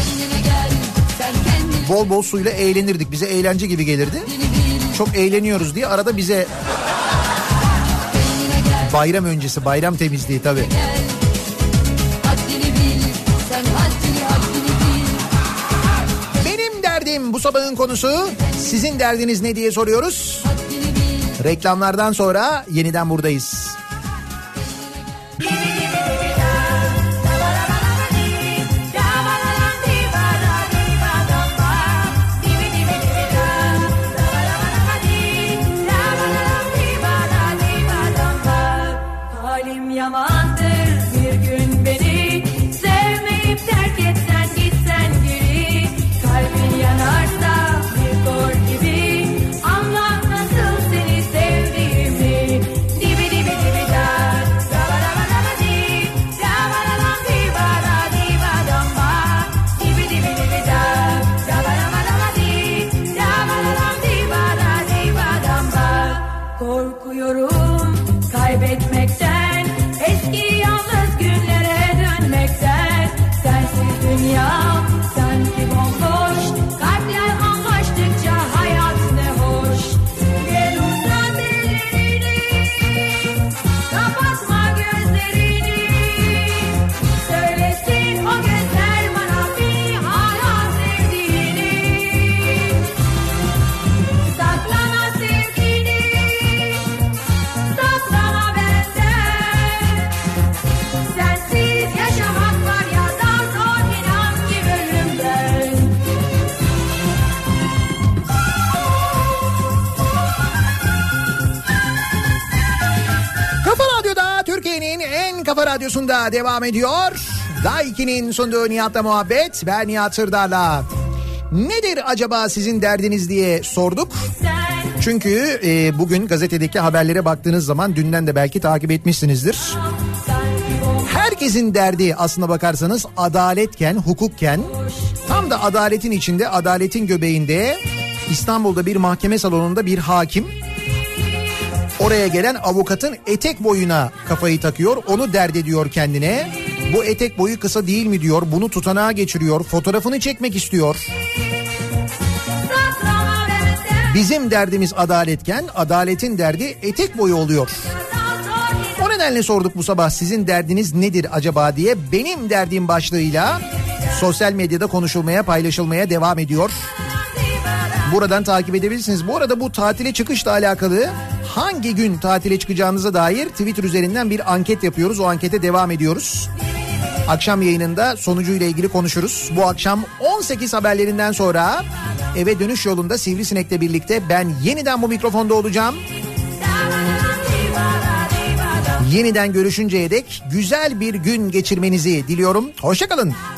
Bol bol suyla eğlenirdik. Bize eğlence gibi gelirdi. Çok eğleniyoruz diye arada bize bayram öncesi bayram temizliği tabii. Benim derdim bu sabahın konusu. Sizin derdiniz ne diye soruyoruz. Reklamlardan sonra yeniden buradayız. Yamandır bir gün beni sevmeyip terk etsen gitsen geri kalbin yanarsa bir kor gibi anla nasıl seni sevdiğimi dibi dibi dibi da di di ba dibi dibi dibi da di korkuyorum kaybetmekten eski yalnız günlere dönmekten sensiz dünya sanki bomboş kalpler anlaştıkça hayat ne hoş gel uzat ellerini kapatma gözlerini söylesin o gözler bana beni hala sevdiğini saklana sevgini saklana benden sensiz yaşamak var ya daha zor inan ki ölümden. Kafa Radyo'da Türkiye'nin en kafa radyosunda devam ediyor. Daiki'nin sunduğu Nihat'la muhabbet. Ben Nihat Sırdar'la. Nedir acaba sizin derdiniz diye sorduk. Çünkü bugün gazetedeki haberlere baktığınız zaman dünden de belki takip etmişsinizdir. Herkesin derdi aslına bakarsanız adaletken, hukukken, tam da adaletin içinde, adaletin göbeğinde İstanbul'da bir mahkeme salonunda bir hakim oraya gelen avukatın etek boyuna kafayı takıyor, onu dert ediyor kendine. Bu etek boyu kısa değil mi diyor, bunu tutanağa geçiriyor, fotoğrafını çekmek istiyor. Bizim derdimiz adaletken adaletin derdi etek boyu oluyor. O nedenle sorduk bu sabah sizin derdiniz nedir acaba diye. Benim derdim başlığıyla sosyal medyada konuşulmaya, paylaşılmaya devam ediyor. Buradan takip edebilirsiniz. Bu arada bu tatile çıkışla alakalı hangi gün tatile çıkacağınıza dair Twitter üzerinden bir anket yapıyoruz. O ankete devam ediyoruz. Akşam yayınında sonucuyla ilgili konuşuruz. Bu akşam 18 haberlerinden sonra eve dönüş yolunda Sivrisinek'le birlikte ben yeniden bu mikrofonda olacağım. Yeniden görüşünceye dek güzel bir gün geçirmenizi diliyorum. Hoşça kalın.